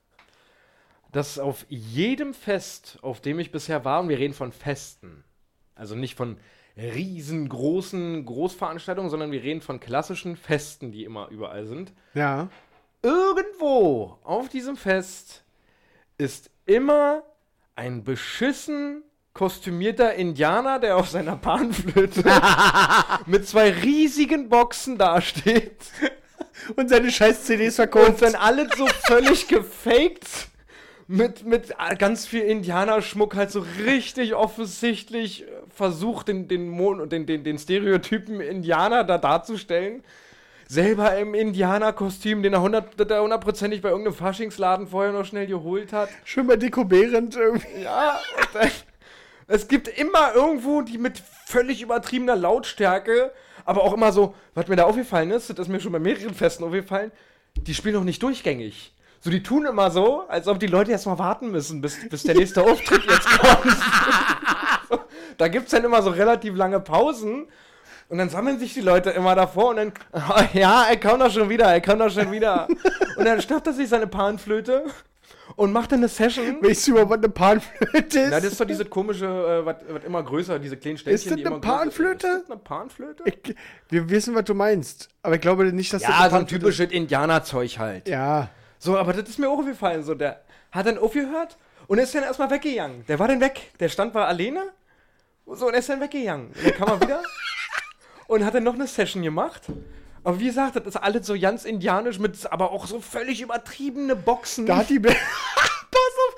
dass auf jedem Fest, auf dem ich bisher war, und wir reden von Festen, also nicht von riesengroßen Großveranstaltungen, sondern wir reden von klassischen Festen, die immer überall sind. Ja. Irgendwo auf diesem Fest ist immer ein beschissen kostümierter Indianer, der auf seiner Panflöte mit zwei riesigen Boxen dasteht. Und seine scheiß C Ds Und verkauft. dann alles so völlig gefaked. Mit, mit ganz viel Indianerschmuck halt so richtig offensichtlich versucht, den, den, Mon den, den, den Stereotypen Indianer da darzustellen. Selber im Indianerkostüm, den er hundert- der er hundertprozentig bei irgendeinem Faschingsladen vorher noch schnell geholt hat. Schön bei Deko Behrend irgendwie. Ja, und dann, es gibt immer irgendwo die mit völlig übertriebener Lautstärke, aber auch immer so, was mir da aufgefallen ist, das ist mir schon bei mehreren Festen aufgefallen, die spielen noch nicht durchgängig. So, die tun immer so, als ob die Leute erst mal warten müssen, bis, bis der nächste Auftritt jetzt kommt. So, da gibt's dann immer so relativ lange Pausen und dann sammeln sich die Leute immer davor und dann, ah, ja, er kommt doch schon wieder, er kommt doch schon wieder. Und dann schnappt er sich seine Panflöte und macht dann eine Session. Weißt du überhaupt, was eine Panflöte ist? Na, das ist doch diese komische, äh, was immer größer, diese kleinen Ständchen, Ist das die eine immer größer- Panflöte? Ist das eine Panflöte? Ich, wir wissen, was du meinst. Aber ich glaube nicht, dass das Ja, eine so ein Panflöte typisches Indianerzeug halt. ist. Ja. So, aber das ist mir auch aufgefallen. So, der hat dann aufgehört und ist dann erstmal weggegangen. Der war dann weg. Der stand war alleine. So, und er ist dann weggegangen. Und dann kam er wieder und hat dann noch eine Session gemacht. Aber wie gesagt, das ist alles so ganz indianisch mit, aber auch so völlig übertriebene Boxen. Da hat die. Pass auf!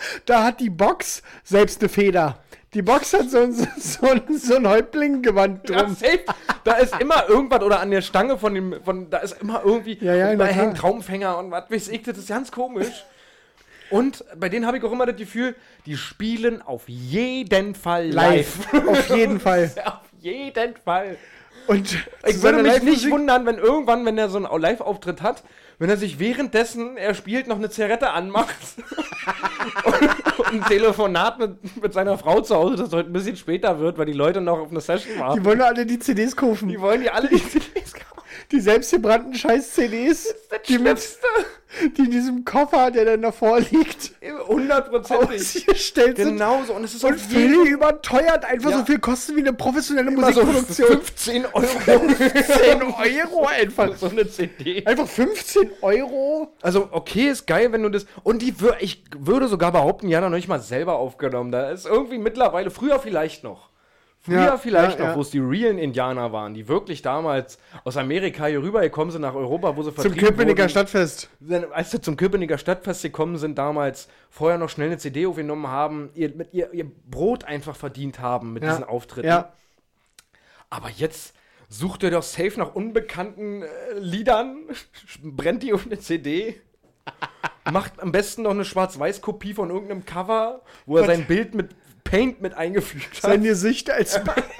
Da hat die Box selbst eine Feder. Die Box hat so ein, so ein, so ein Häuptlinggewand Ja, drum. safe. Da ist immer irgendwas oder an der Stange von dem, von, da ist immer irgendwie, Ja, ja, da na hängt klar. Traumfänger und was weiß ich, das ist ganz komisch. Und bei denen habe ich auch immer das Gefühl, die spielen auf jeden Fall live. Live. Auf jeden Fall. Auf jeden Fall. Und Ich zu würde seiner mich nicht Live-Musik- wundern, wenn irgendwann, wenn er so einen Live-Auftritt hat, wenn er sich währenddessen, er spielt, noch eine Zigarette anmacht und, und ein Telefonat mit, mit seiner Frau zu Hause, das heute ein bisschen später wird, weil die Leute noch auf eine Session warten. Die wollen doch alle die C Ds kaufen. Die wollen die alle die C Ds kaufen. Die selbstgebrannten Scheiß-C Ds, Das die, mit, Schlimmste. die in diesem Koffer, der dann davor liegt, Hundertprozentig. ausgestellt sind. Genauso. Und es ist Und auf völlig überteuert, einfach Ja. so viel kosten wie eine professionelle immer so Musikproduktion. fünfzehn Euro. fünfzehn Euro einfach. So eine C D. Einfach fünfzehn Euro? Also, okay, ist geil, wenn du das. Und die wür ich würde sogar behaupten, ja, noch nicht mal selber aufgenommen. Da ist irgendwie mittlerweile, früher vielleicht noch. Früher Ja, vielleicht ja, noch, ja. wo es die realen Indianer waren, die wirklich damals aus Amerika hier rübergekommen sind nach Europa, wo sie Zum vertrieben Köpenicker wurden. Stadtfest. Dann, als sie zum Köpenicker Stadtfest gekommen sind, damals vorher noch schnell eine C D aufgenommen haben, ihr, mit ihr, ihr Brot einfach verdient haben mit Ja. diesen Auftritten. Ja. Aber jetzt sucht ihr doch safe nach unbekannten äh, Liedern, brennt die auf eine C D, macht am besten noch eine Schwarz-Weiß-Kopie von irgendeinem Cover, wo er Was? sein Bild mit Paint mit eingefügt hat. Sein Gesicht als.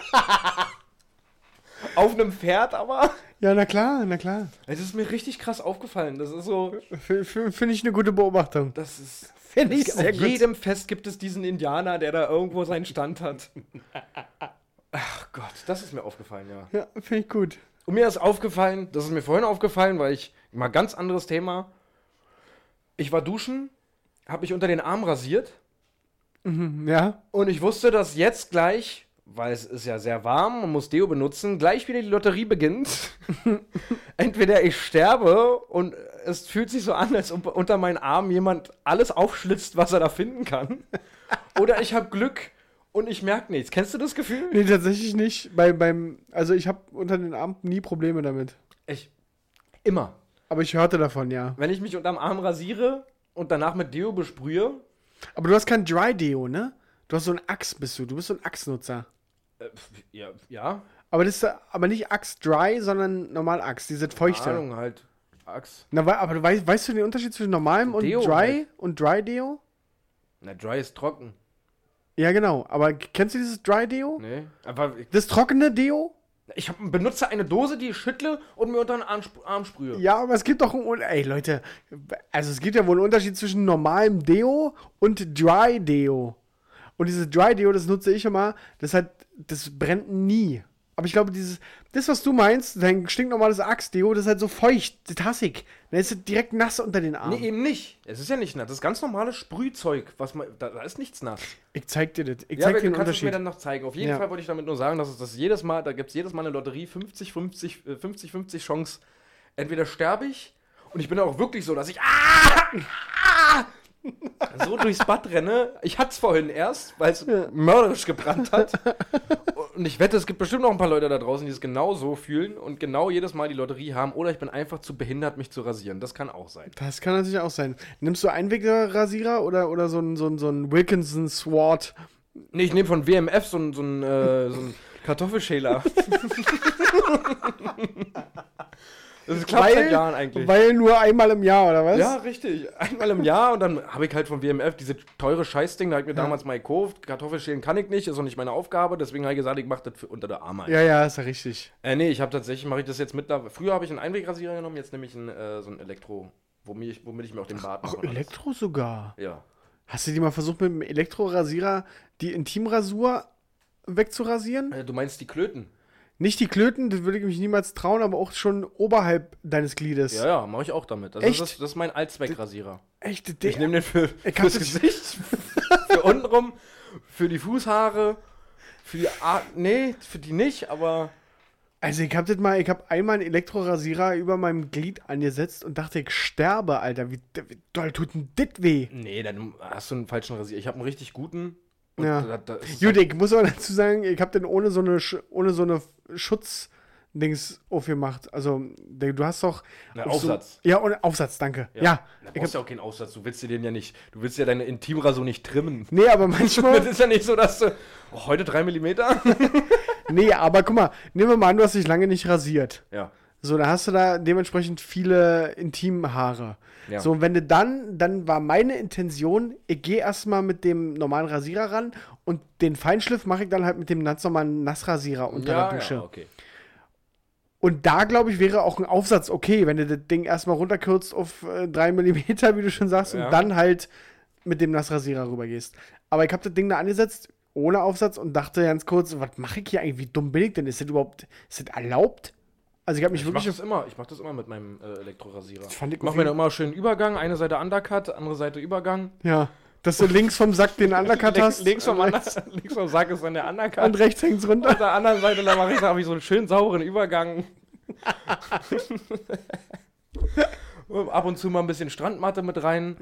Auf einem Pferd aber. Ja, na klar, na klar. Es ist mir richtig krass aufgefallen. Das ist so. Finde ich eine gute Beobachtung. Das ist. Finde ich Auf sehr gut. jedem Fest gibt es diesen Indianer, der da irgendwo seinen Stand hat. Ach Gott, das ist mir aufgefallen, ja. Ja, finde ich gut. Und mir ist aufgefallen, das ist mir vorhin aufgefallen, weil ich, mal ganz anderes Thema. Ich war duschen, habe mich unter den Arm rasiert Ja. und ich wusste, dass jetzt gleich, weil es ist ja sehr warm, man muss Deo benutzen, gleich wieder die Lotterie beginnt. Entweder ich sterbe und es fühlt sich so an, als ob unter meinen Armen jemand alles aufschlitzt, was er da finden kann. Oder ich habe Glück und ich merke nichts. Kennst du das Gefühl? Nee, tatsächlich nicht. Bei, beim, also ich habe unter den Armen nie Probleme damit. Ich. Immer. Aber ich hörte davon, ja. Wenn ich mich unterm Arm rasiere und danach mit Deo besprühe, Aber du hast kein Dry Deo, ne? Du hast so ein Axe, bist du. Du bist so ein Axe-Nutzer. äh, ja, ja, Aber das ist aber nicht Axe Dry, sondern normal Axe, diese feuchte. Ahnung halt. Axt. Na, wei- aber du weißt, weißt du den Unterschied zwischen normalem und Deo Dry halt. und Dry Deo? Na, Dry ist trocken. Ja, genau. Aber kennst du dieses Dry Deo? Nee. Aber ich, Das trockene Deo? ich hab, benutze eine Dose, die ich schüttle und mir unter den Arm, sp- Arm sprühe. Ja, aber es gibt doch einen Un- Ey, Leute, also es gibt ja wohl einen Unterschied zwischen normalem Deo und Dry Deo. Und dieses Dry Deo, das nutze ich immer, das hat, das brennt nie. Aber ich glaube, dieses, das, was du meinst, dein stinknormales Axe-Deo, das ist halt so feucht, das hasse ich. Dann ist es direkt nass unter den Armen. Nee, eben nicht. Es ist ja nicht nass. Das ist ganz normales Sprühzeug. Was man, da, da ist nichts nass. Ich zeig dir das. Ich Ja, zeig aber dir du den kannst es mir Unterschied. dann noch zeigen. Auf jeden Ja. Fall wollte ich damit nur sagen, dass es das jedes Mal, da gibt es jedes Mal eine Lotterie, fünfzig fünfzig Chance. Entweder sterbe ich und ich bin auch wirklich so, dass ich ah, ah, so durchs Bad renne. Ich hatte es vorhin erst, weil es mörderisch gebrannt hat. Und ich wette, es gibt bestimmt noch ein paar Leute da draußen, die es genau so fühlen und genau jedes Mal die Lotterie haben. Oder ich bin einfach zu behindert, mich zu rasieren. Das kann auch sein. Das kann natürlich auch sein. Nimmst du Einwegrasierer oder, oder so ein, so ein, so ein Wilkinson Sword? Nee, ich nehme von W M F so einen so einen, äh, so einen Kartoffelschäler. Das klappt seit Jahren eigentlich. Weil nur einmal im Jahr, oder was? Ja, richtig. Einmal im Jahr und dann habe ich halt von W M F diese teure Scheißding, da habe ich mir Ja. damals mal gekauft. Kartoffelschälen kann ich nicht, ist auch nicht meine Aufgabe, deswegen habe ich gesagt, ich mache das für unter der Arme. Ja, ja, ist ja richtig. Äh, nee, ich habe tatsächlich, mache ich das jetzt mittlerweile. Früher habe ich einen Einwegrasierer genommen, jetzt nehme ich einen, äh, so einen Elektro, womit ich, womit ich mir auch den Bart Ach, mache. und alles. Elektro sogar. Ja. Hast du dir mal versucht, mit dem Elektrorasierer die Intimrasur wegzurasieren? Äh, du meinst die Klöten? Nicht die Klöten, das würde ich mich niemals trauen, aber auch schon oberhalb deines Gliedes. Ja, ja, mache ich auch damit. Also Echt? Das, das ist mein Allzweckrasierer. Echt? Ich Der, nehme den für, Ich hab fürs das- Gesicht, für untenrum, für die Fußhaare, für die Ar nee, für die nicht, aber also ich hab das mal, ich habe einmal einen Elektrorasierer über meinem Glied angesetzt und dachte, ich sterbe, Alter. Wie, wie doll tut denn das weh? nee, dann hast du einen falschen Rasierer. Ich habe einen richtig guten. Und Ja. da, da ist es Gut, halt, ich muss aber dazu sagen, ich habe den ohne so eine, Sch- ohne so eine Schutz, Dings aufgemacht. Also, der, du hast doch. Na, auf so- Aufsatz. Ja, und Aufsatz, danke. Ja. Da Ich brauchst hab, du ja auch keinen Aufsatz. Du willst dir den ja nicht, du willst ja deine Intimrasur nicht trimmen. nee, aber Das manchmal. ist ja nicht so, dass du, oh, heute drei Millimeter? nee, aber guck mal, nehmen wir mal an, du hast dich lange nicht rasiert. Ja. So, da hast du da dementsprechend viele Intimhaare. Ja. So, und wenn du dann, dann war meine Intention, ich gehe erstmal mit dem normalen Rasierer ran und den Feinschliff mache ich dann halt mit dem ganz normalen Nassrasierer unter ja, der Dusche. Ja, okay. Und da, glaube ich, wäre auch ein Aufsatz okay, wenn du das Ding erstmal runterkürzt auf äh, drei Millimeter, wie du schon sagst, Ja. und dann halt mit dem Nassrasierer rübergehst. Aber ich habe das Ding da angesetzt, ohne Aufsatz, und dachte ganz kurz, was mache ich hier eigentlich? Wie dumm bin ich denn? Ist das überhaupt, ist das erlaubt? Also ich habe mich Ich mach wirklich das immer, ich mach das immer mit meinem äh, Elektrorasierer. Das fand ich Ich mach auf mir jeden- da immer schön Übergang, eine Seite Undercut, andere Seite Übergang. Ja, dass du links vom Sack den Undercut Link- hast. links, vom und Under, rechts, links vom Sack ist dann der Undercut. und rechts hängt's runter. Auf der anderen Seite, da mache ich, da habe ich so einen schön sauren Übergang. Und ab und zu mal ein bisschen Strandmatte mit rein.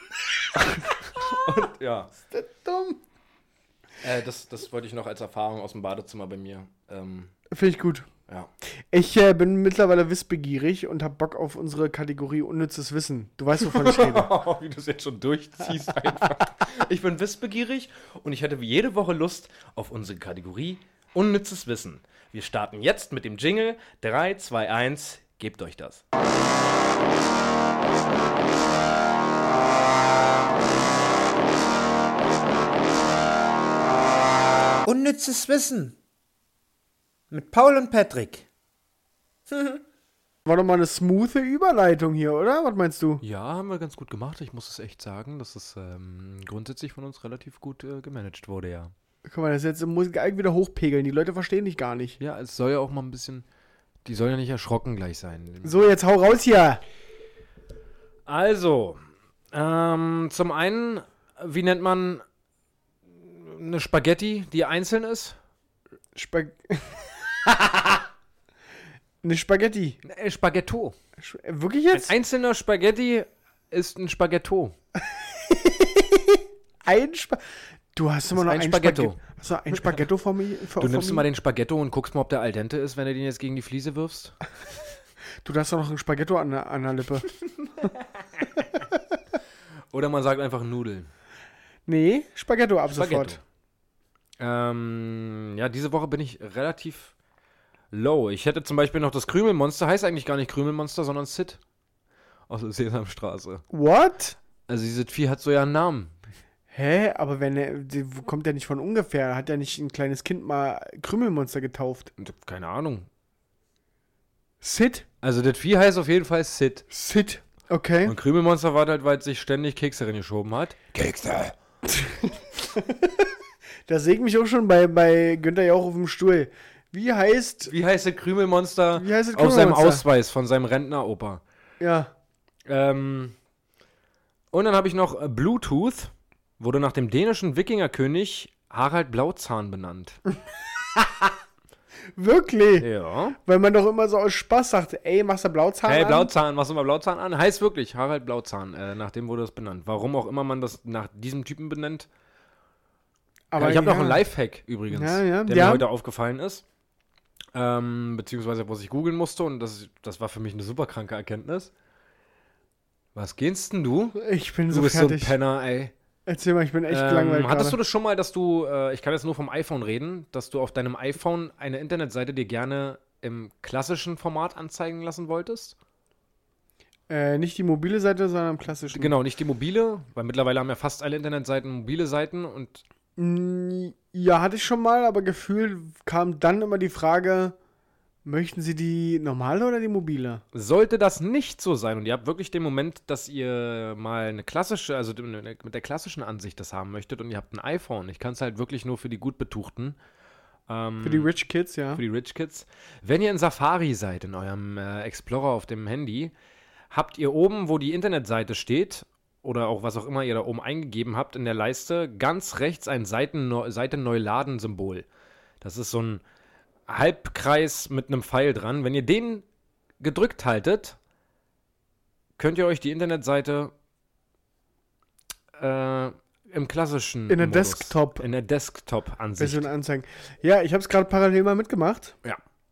Und ja, Dumm. äh, das, das wollte ich noch als Erfahrung aus dem Badezimmer bei mir. Ähm, Finde ich gut. ja. Ich äh, bin mittlerweile wissbegierig und hab Bock auf unsere Kategorie unnützes Wissen. Du weißt, wovon ich rede. Wie du es jetzt schon durchziehst einfach. Ich bin wissbegierig und ich hätte wie jede Woche Lust auf unsere Kategorie Unnützes Wissen. Wir starten jetzt mit dem Jingle. drei, zwei, eins, gebt euch das. Unnützes Wissen. Mit Paul und Patrick. War doch mal eine smoothe Überleitung hier, oder? Was meinst du? Ja, haben wir ganz gut gemacht. Ich muss es echt sagen, dass es ähm, grundsätzlich von uns relativ gut äh, gemanagt wurde, ja. Guck mal, das jetzt muss ich eigentlich wieder hochpegeln. Die Leute verstehen dich gar nicht. Ja, es soll ja auch mal ein bisschen, die sollen ja nicht erschrocken gleich sein. So, jetzt hau raus hier. Also, ähm, zum einen, wie nennt man eine Spaghetti, die einzeln ist? Spag eine Spaghetti. Äh, Spaghetto. Sch- Wirklich Ein jetzt? einzelner Spaghetti ist ein Spaghetto. Ein Spa Du hast immer noch ein ein Spaghetto. Spaghetto. Hast du ein Spaghetto vor mir? Vor, Du nimmst vor mal mir? den Spaghetto und guckst mal, ob der al dente ist, wenn du den jetzt gegen die Fliese wirfst. Du hast doch noch ein Spaghetto an der, an der Lippe. Oder man sagt einfach Nudeln. Nee, Spaghetto ab Spaghetto. sofort. Ähm, ja, diese Woche bin ich relativ low. Ich hätte zum Beispiel noch das Krümelmonster, heißt eigentlich gar nicht Krümelmonster, sondern Sid. Aus der Sesamstraße. What? Also dieses Vieh hat so ja einen Namen. Hä? Aber wenn er, die, kommt der nicht von ungefähr? Hat er nicht ein kleines Kind mal Krümelmonster getauft? Und keine Ahnung. Sid? Also das Vieh heißt auf jeden Fall Sid. Sid. Okay. Und Krümelmonster war halt, weil es sich ständig Kekse reingeschoben hat. Kekse. Da sägt mich auch schon bei, bei Günther Jauch auf dem Stuhl. Wie heißt. Wie heißt das Krümelmonster Wie heißt das auf seinem Krümelmonster? Ausweis von seinem Rentneropa? Ja. Ähm, und dann habe ich noch äh, Bluetooth, wurde nach dem dänischen Wikingerkönig Harald Blauzahn benannt. Wirklich? Ja. Weil man doch immer so aus Spaß sagt, ey, machst du Blauzahn Hey, an? Blauzahn, machst du mal Blauzahn an? Heißt wirklich Harald Blauzahn. Äh, nach dem wurde das benannt. Warum auch immer man das nach diesem Typen benennt. Aber ich habe ja. noch einen Lifehack übrigens, Ja, ja, der ja. mir heute aufgefallen ist. Ähm, beziehungsweise, was ich googeln musste. Und das, das war für mich eine super kranke Erkenntnis. Was gehst denn du? Ich bin Du so bist fertig. so ein Penner, ey. Erzähl mal, ich bin echt Ähm, gelangweilt hattest du gerade. das schon mal, dass du, äh, ich kann jetzt nur vom iPhone reden, dass du auf deinem iPhone eine Internetseite dir gerne im klassischen Format anzeigen lassen wolltest? Äh, nicht die mobile Seite, sondern im klassischen. Genau, nicht die mobile, weil mittlerweile haben ja fast alle Internetseiten mobile Seiten und Mm, Ja, hatte ich schon mal, aber gefühlt kam dann immer die Frage, möchten Sie die normale oder die mobile? sollte das nicht so sein und ihr habt wirklich den Moment, dass ihr mal eine klassische, also mit der klassischen Ansicht das haben möchtet und ihr habt ein iPhone, ich kann es halt wirklich nur für die gut Betuchten. Ähm, Für die Rich Kids, ja. Für die Rich Kids. Wenn ihr in Safari seid, in eurem äh, Explorer auf dem Handy, habt ihr oben, wo die Internetseite steht, oder auch was auch immer ihr da oben eingegeben habt, in der Leiste, ganz rechts ein Seitenneu- Seiten-Neuladen-Symbol. Das ist so ein Halbkreis mit einem Pfeil dran. Wenn ihr den gedrückt haltet, könnt ihr euch die Internetseite äh, im klassischen In der Modus, Desktop- in der Desktop-Ansicht. Version anzeigen. Ja, ich habe es gerade parallel mal mitgemacht. Ja.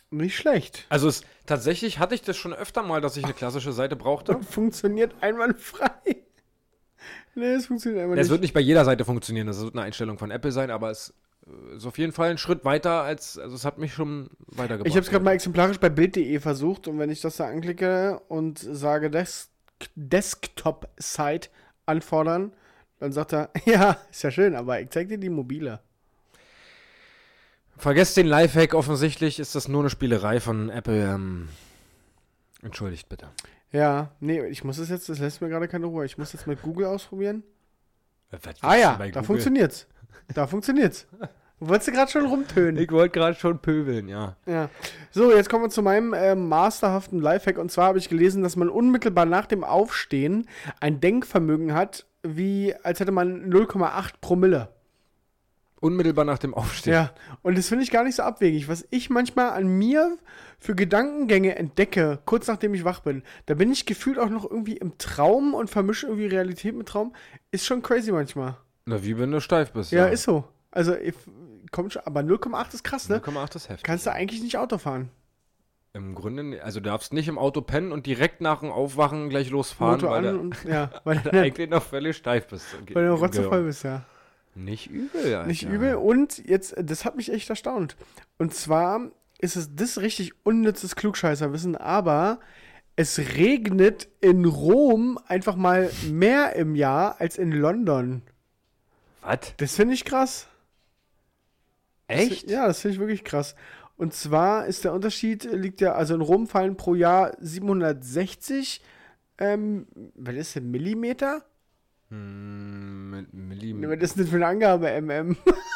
Nicht schlecht. Also es, tatsächlich hatte ich das schon öfter mal, dass ich eine klassische Seite brauchte. Funktioniert einwandfrei. Nee, es funktioniert einfach Es nicht. wird nicht bei jeder Seite funktionieren, das wird eine Einstellung von Apple sein, aber es ist auf jeden Fall ein Schritt weiter als, also es hat mich schon weitergebracht. Ich habe es gerade mal exemplarisch bei Bild punkt de versucht und wenn ich das da anklicke und sage Des Desktop-Site anfordern, dann sagt er, ja, ist ja schön, aber ich zeig dir die mobile. Vergesst den Lifehack, offensichtlich ist das nur eine Spielerei von Apple. Ähm, entschuldigt bitte. Ja, nee, ich muss es jetzt, das lässt mir gerade keine Ruhe. Ich muss jetzt mit Google ausprobieren. Was willst Ah du ja, bei da Google? funktioniert's. Da funktioniert's. Wolltest du gerade schon rumtönen? Ich wollte gerade schon pöbeln, ja. Ja. So, jetzt kommen wir zu meinem äh, masterhaften Lifehack. Und zwar habe ich gelesen, dass man unmittelbar nach dem Aufstehen ein Denkvermögen hat, wie als hätte man null Komma acht Promille. Unmittelbar nach dem Aufstehen. Ja, und das finde ich gar nicht so abwegig. Was ich manchmal an mir für Gedankengänge entdecke, kurz nachdem ich wach bin, da bin ich gefühlt auch noch irgendwie im Traum und vermische irgendwie Realität mit Traum. Ist schon crazy manchmal. Na, wie wenn du steif bist. Ja, ist so. Also, ich, kommt schon, aber null Komma acht ist krass, ne? null Komma acht ist heftig. Kannst du eigentlich nicht Auto fahren. Im Grunde, ne- also du darfst nicht im Auto pennen und direkt nach dem Aufwachen gleich losfahren, Motor weil, an du, und, ja, weil, weil du eigentlich noch völlig steif bist. weil du rotzevoll bist, ja. Nicht übel, Alter. Nicht übel. Und jetzt, das hat mich echt erstaunt. Und zwar ist es das richtig unnützes Klugscheißerwissen, aber es regnet in Rom einfach mal mehr im Jahr als in London. Was? Das finde ich krass. Echt? Ja, das finde ich wirklich krass. Und zwar ist der Unterschied, liegt ja, also in Rom fallen pro Jahr siebenhundertsechzig, ähm, was ist denn, Millimeter? Hm, mit Was Millimeter. ist denn das für eine Angabe, M M?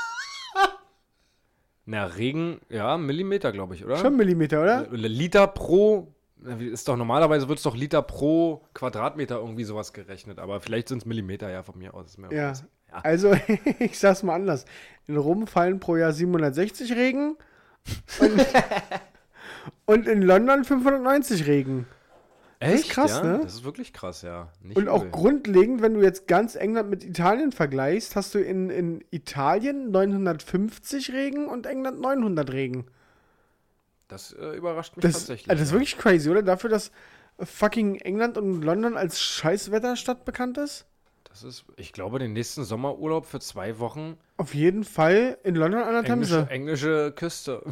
Na, Regen, ja, Millimeter, glaube ich, oder? Schon Millimeter, oder? Oder Liter pro, na, wie- ist doch normalerweise wird es doch Liter pro Quadratmeter irgendwie sowas gerechnet, aber vielleicht sind es Millimeter, ja, von mir aus. Ist mir auch Ja. egal. Ja. Also, ich sag's mal anders. In Rom fallen pro Jahr siebenhundertsechzig Regen und, und in London fünfhundertneunzig Regen. Echt? ist krass, ja? ne? Das ist wirklich krass, ja. Nicht Und auch übel. grundlegend, wenn du jetzt ganz England mit Italien vergleichst, hast du in, in Italien neunhundertfünfzig Regen und England neunhundert Regen. Das äh, überrascht mich Das, tatsächlich. also das ist ja. wirklich crazy, oder? Dafür, dass fucking England und London als Scheißwetterstadt bekannt ist? Das ist, ich glaube, den nächsten Sommerurlaub für zwei Wochen Auf jeden Fall in London an der englische, Themse. englische Küste.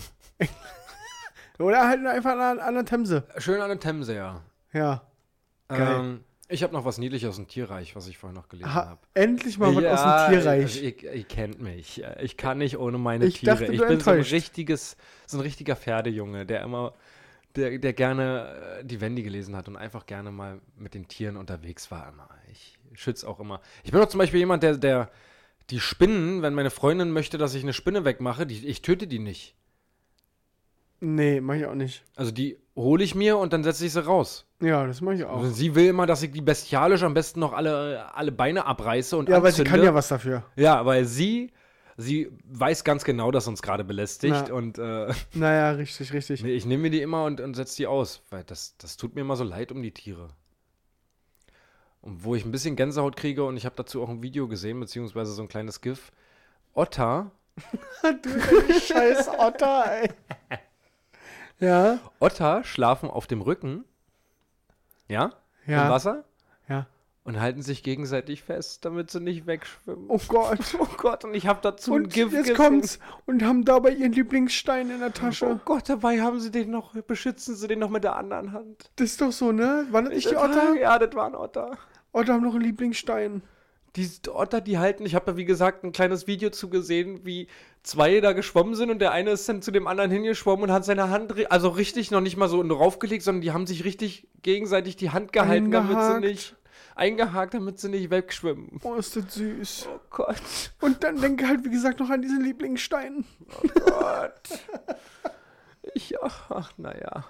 Oder halt einfach an, an der Themse. Schön an der Themse, ja. Ja. Geil. Ähm, ich habe noch was Niedliches aus dem Tierreich, was ich vorhin noch gelesen Ha, habe. endlich mal was aus dem Tierreich. Also ihr, ihr kennt mich. Ich kann nicht ohne meine Ich Tiere. dachte, du ich bin so ein enttäuscht. richtiges, so ein richtiger Pferdejunge, der immer, der, der gerne äh, die Wendy gelesen hat und einfach gerne mal mit den Tieren unterwegs war immer. Ich schütze auch immer. Ich bin auch zum Beispiel jemand, der, der die Spinnen, wenn meine Freundin möchte, dass ich eine Spinne wegmache, die, ich töte die nicht. Nee, mach ich auch nicht. Also die hole ich mir und dann setze ich sie raus. Ja, das mach ich auch. Also sie will immer, dass ich die bestialisch am besten noch alle, alle Beine abreiße und Ja, weil sie anzünde. kann ja was dafür. Ja, weil sie, sie weiß ganz genau, dass uns gerade belästigt Ja. und äh, Naja, richtig, richtig. nee, ich nehme mir die immer und, und setze die aus, weil das, das tut mir immer so leid um die Tiere. Und wo ich ein bisschen Gänsehaut kriege und ich habe dazu auch ein Video gesehen, beziehungsweise so ein kleines GIF. Otter, Du scheiß Otter, ey. Ja, Otter schlafen auf dem Rücken, ja, Ja. im Wasser ja. und halten sich gegenseitig fest, damit sie nicht wegschwimmen. Oh Gott. Oh Gott, und ich habe dazu ein Und GIF jetzt gesehen. kommt's. Und haben dabei ihren Lieblingsstein in der Oh Tasche. Gott, dabei haben sie den noch, beschützen sie den noch mit der anderen Hand. Das ist doch so, ne? Waren das nicht die Otter? Ja, das waren Otter. Otter haben noch einen Lieblingsstein. Die Otter, die halten, ich habe da wie gesagt ein kleines Video zugesehen, wie zwei da geschwommen sind und der eine ist dann zu dem anderen hingeschwommen und hat seine Hand, ri- also richtig noch nicht mal so raufgelegt, sondern die haben sich richtig gegenseitig die Hand gehalten, damit sie Eingehakt. nicht, eingehakt, damit sie nicht wegschwimmen. Oh, ist das süß. Oh Gott. Und dann denke halt, wie gesagt, noch an diesen Lieblingsstein. Gott. Ich, ach, ach naja.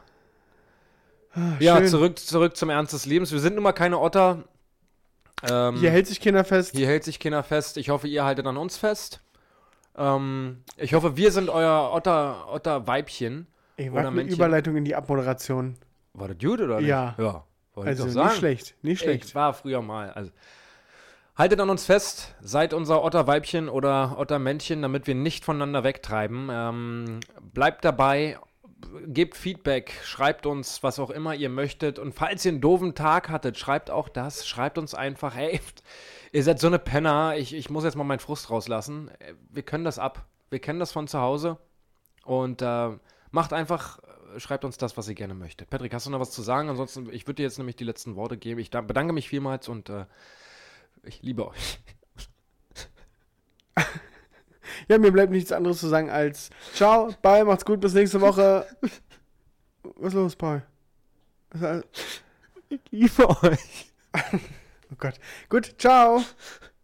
Ah, Ja, schön. zurück, zurück zum Ernst des Lebens. Wir sind nun mal keine Otter. Ähm, Hier hält sich keiner fest. Hier hält sich keiner fest. Ich hoffe, ihr haltet an uns fest. Ähm, ich hoffe, wir sind euer Otter, Otter-Weibchen. Ey, oder was eine Männchen. Überleitung in die Abmoderation. War das gut oder nicht? Ja. Ja, wollte Also ich nicht doch sagen. schlecht, nicht schlecht. Ich war früher mal. Also, haltet an uns fest. Seid unser Otter-Weibchen oder Otter-Männchen, damit wir nicht voneinander wegtreiben. Ähm, bleibt dabei. gebt Feedback, schreibt uns, was auch immer ihr möchtet. Und falls ihr einen doofen Tag hattet, schreibt auch das. Schreibt uns einfach, hey, ihr seid so eine Penner, ich, ich muss jetzt mal meinen Frust rauslassen. Wir können das ab. Wir kennen das von zu Hause. Und äh, macht einfach, schreibt uns das, was ihr gerne möchtet. Patrick, hast du noch was zu sagen? Ansonsten, ich würde dir jetzt nämlich die letzten Worte geben. Ich da, bedanke mich vielmals und äh, ich liebe euch. Ja, mir bleibt nichts anderes zu sagen als ciao, bye, macht's gut, bis nächste Woche. Was ist los, Paul? Ich liebe euch. Oh Gott. Gut, ciao.